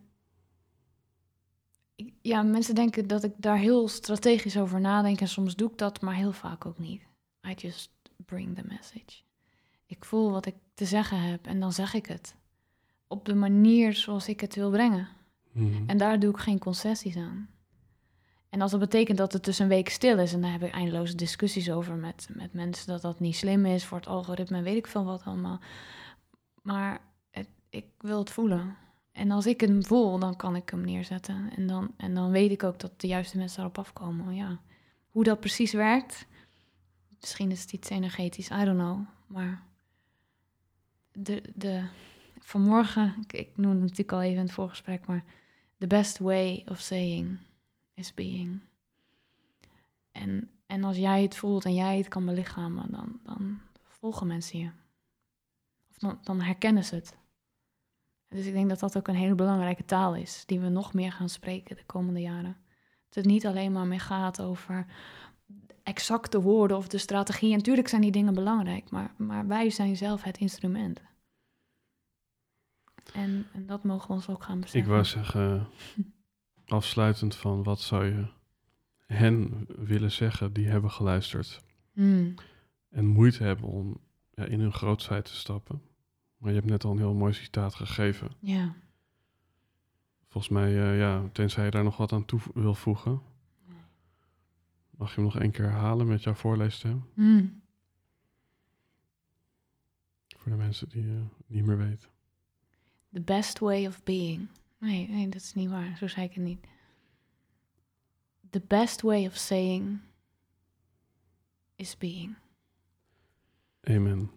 ik, ja, mensen denken dat ik daar heel strategisch over nadenk. En soms doe ik dat, maar heel vaak ook niet. I just bring the message. Ik voel wat ik te zeggen heb en dan zeg ik het. Op de manier zoals ik het wil brengen. Mm-hmm. En daar doe ik geen concessies aan. En als dat betekent dat het dus een week stil is... en daar heb ik eindeloze discussies over met, met mensen... dat dat niet slim is voor het algoritme... weet ik veel wat allemaal. Maar het, ik wil het voelen. En als ik hem voel, dan kan ik hem neerzetten. En dan, en dan weet ik ook dat de juiste mensen daarop afkomen. Ja. Hoe dat precies werkt... misschien is het iets energetisch, I don't know. Maar de, de, vanmorgen... Ik, ik noemde het natuurlijk al even in het voorgesprek... maar the best way of saying... is being. En, en als jij het voelt en jij het kan belichamen, dan, dan volgen mensen je. Of dan, dan herkennen ze het. Dus ik denk dat dat ook een hele belangrijke taal is, die we nog meer gaan spreken de komende jaren. Dat het niet alleen maar meer gaat over exacte woorden of de strategie. En natuurlijk zijn die dingen belangrijk, maar, maar wij zijn zelf het instrument. En, en dat mogen we ons ook gaan beseffen. Ik wou zeggen... afsluitend van wat zou je hen willen zeggen die hebben geluisterd Mm. en moeite hebben om ja, in hun grootsheid te stappen. Maar je hebt net al een heel mooi citaat gegeven. Ja. Volgens mij, uh, ja, tenzij je daar nog wat aan toe wil voegen. Mag je hem nog één keer herhalen met jouw voorleesstem? Mm. Voor de mensen die uh, niet meer weten. The best way of being. Nee, nee, dat is niet waar. Zo zei ik het niet. The best way of saying is being. Amen.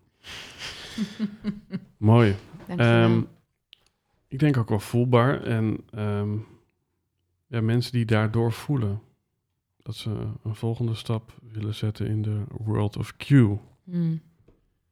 Mooi. Um, ik denk ook wel voelbaar. En um, ja, mensen die daardoor voelen dat ze een volgende stap willen zetten in de world of Q. Mm.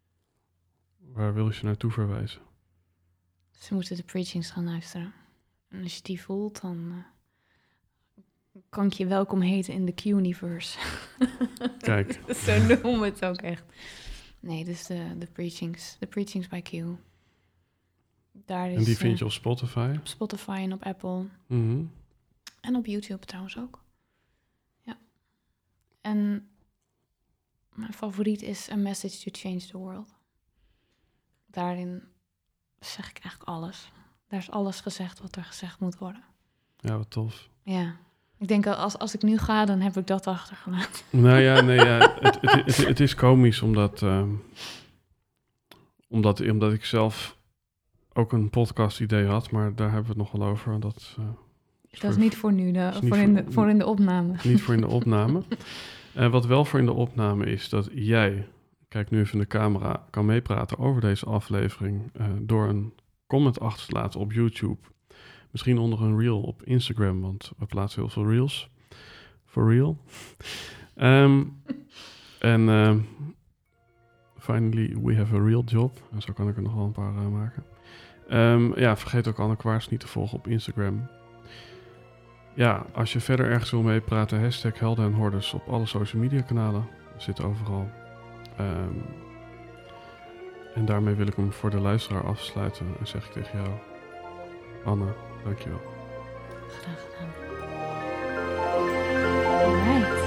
Waar wil je ze naartoe verwijzen? Ze moeten de preachings gaan luisteren. En als je die voelt, dan uh, kan ik je welkom heten in de Q-universe. Kijk. Zo noemen we het ook echt. Nee, dus de, de preachings. De preachings by Q. Daar is, en die vind uh, je op Spotify? Op Spotify en op Apple. Mm-hmm. En op YouTube trouwens ook. Ja. En mijn favoriet is A Message to Change the World. Daarin zeg ik eigenlijk alles. Daar is alles gezegd wat er gezegd moet worden. Ja, wat tof. Ja. Ik denk, als, als ik nu ga, dan heb ik dat achtergelaten. Nou ja, nee, ja, het, het, het, het is komisch omdat, uh, omdat, omdat ik zelf ook een podcast idee had, maar daar hebben we het nog wel over. Dat, uh, is dat is niet voor nu, de, niet voor, in de, voor in de opname. Niet voor in de opname. uh, wat wel voor in de opname is, dat jij, kijk nu even in de camera, kan meepraten over deze aflevering uh, door een comment achter te laten op YouTube. Misschien onder een reel op Instagram, want we plaatsen heel veel reels. For real. Um, en uh, finally, we have a real job. En zo kan ik er nog wel een paar uh, maken. Um, ja, vergeet ook Anne Kwaars niet te volgen op Instagram. Ja, als je verder ergens wil meepraten, hashtag Helden en Hordes op alle social media kanalen. Zit overal. Um, en daarmee wil ik hem voor de luisteraar afsluiten. En zeg ik tegen jou, Anne, dankjewel. Graag gedaan. Alright.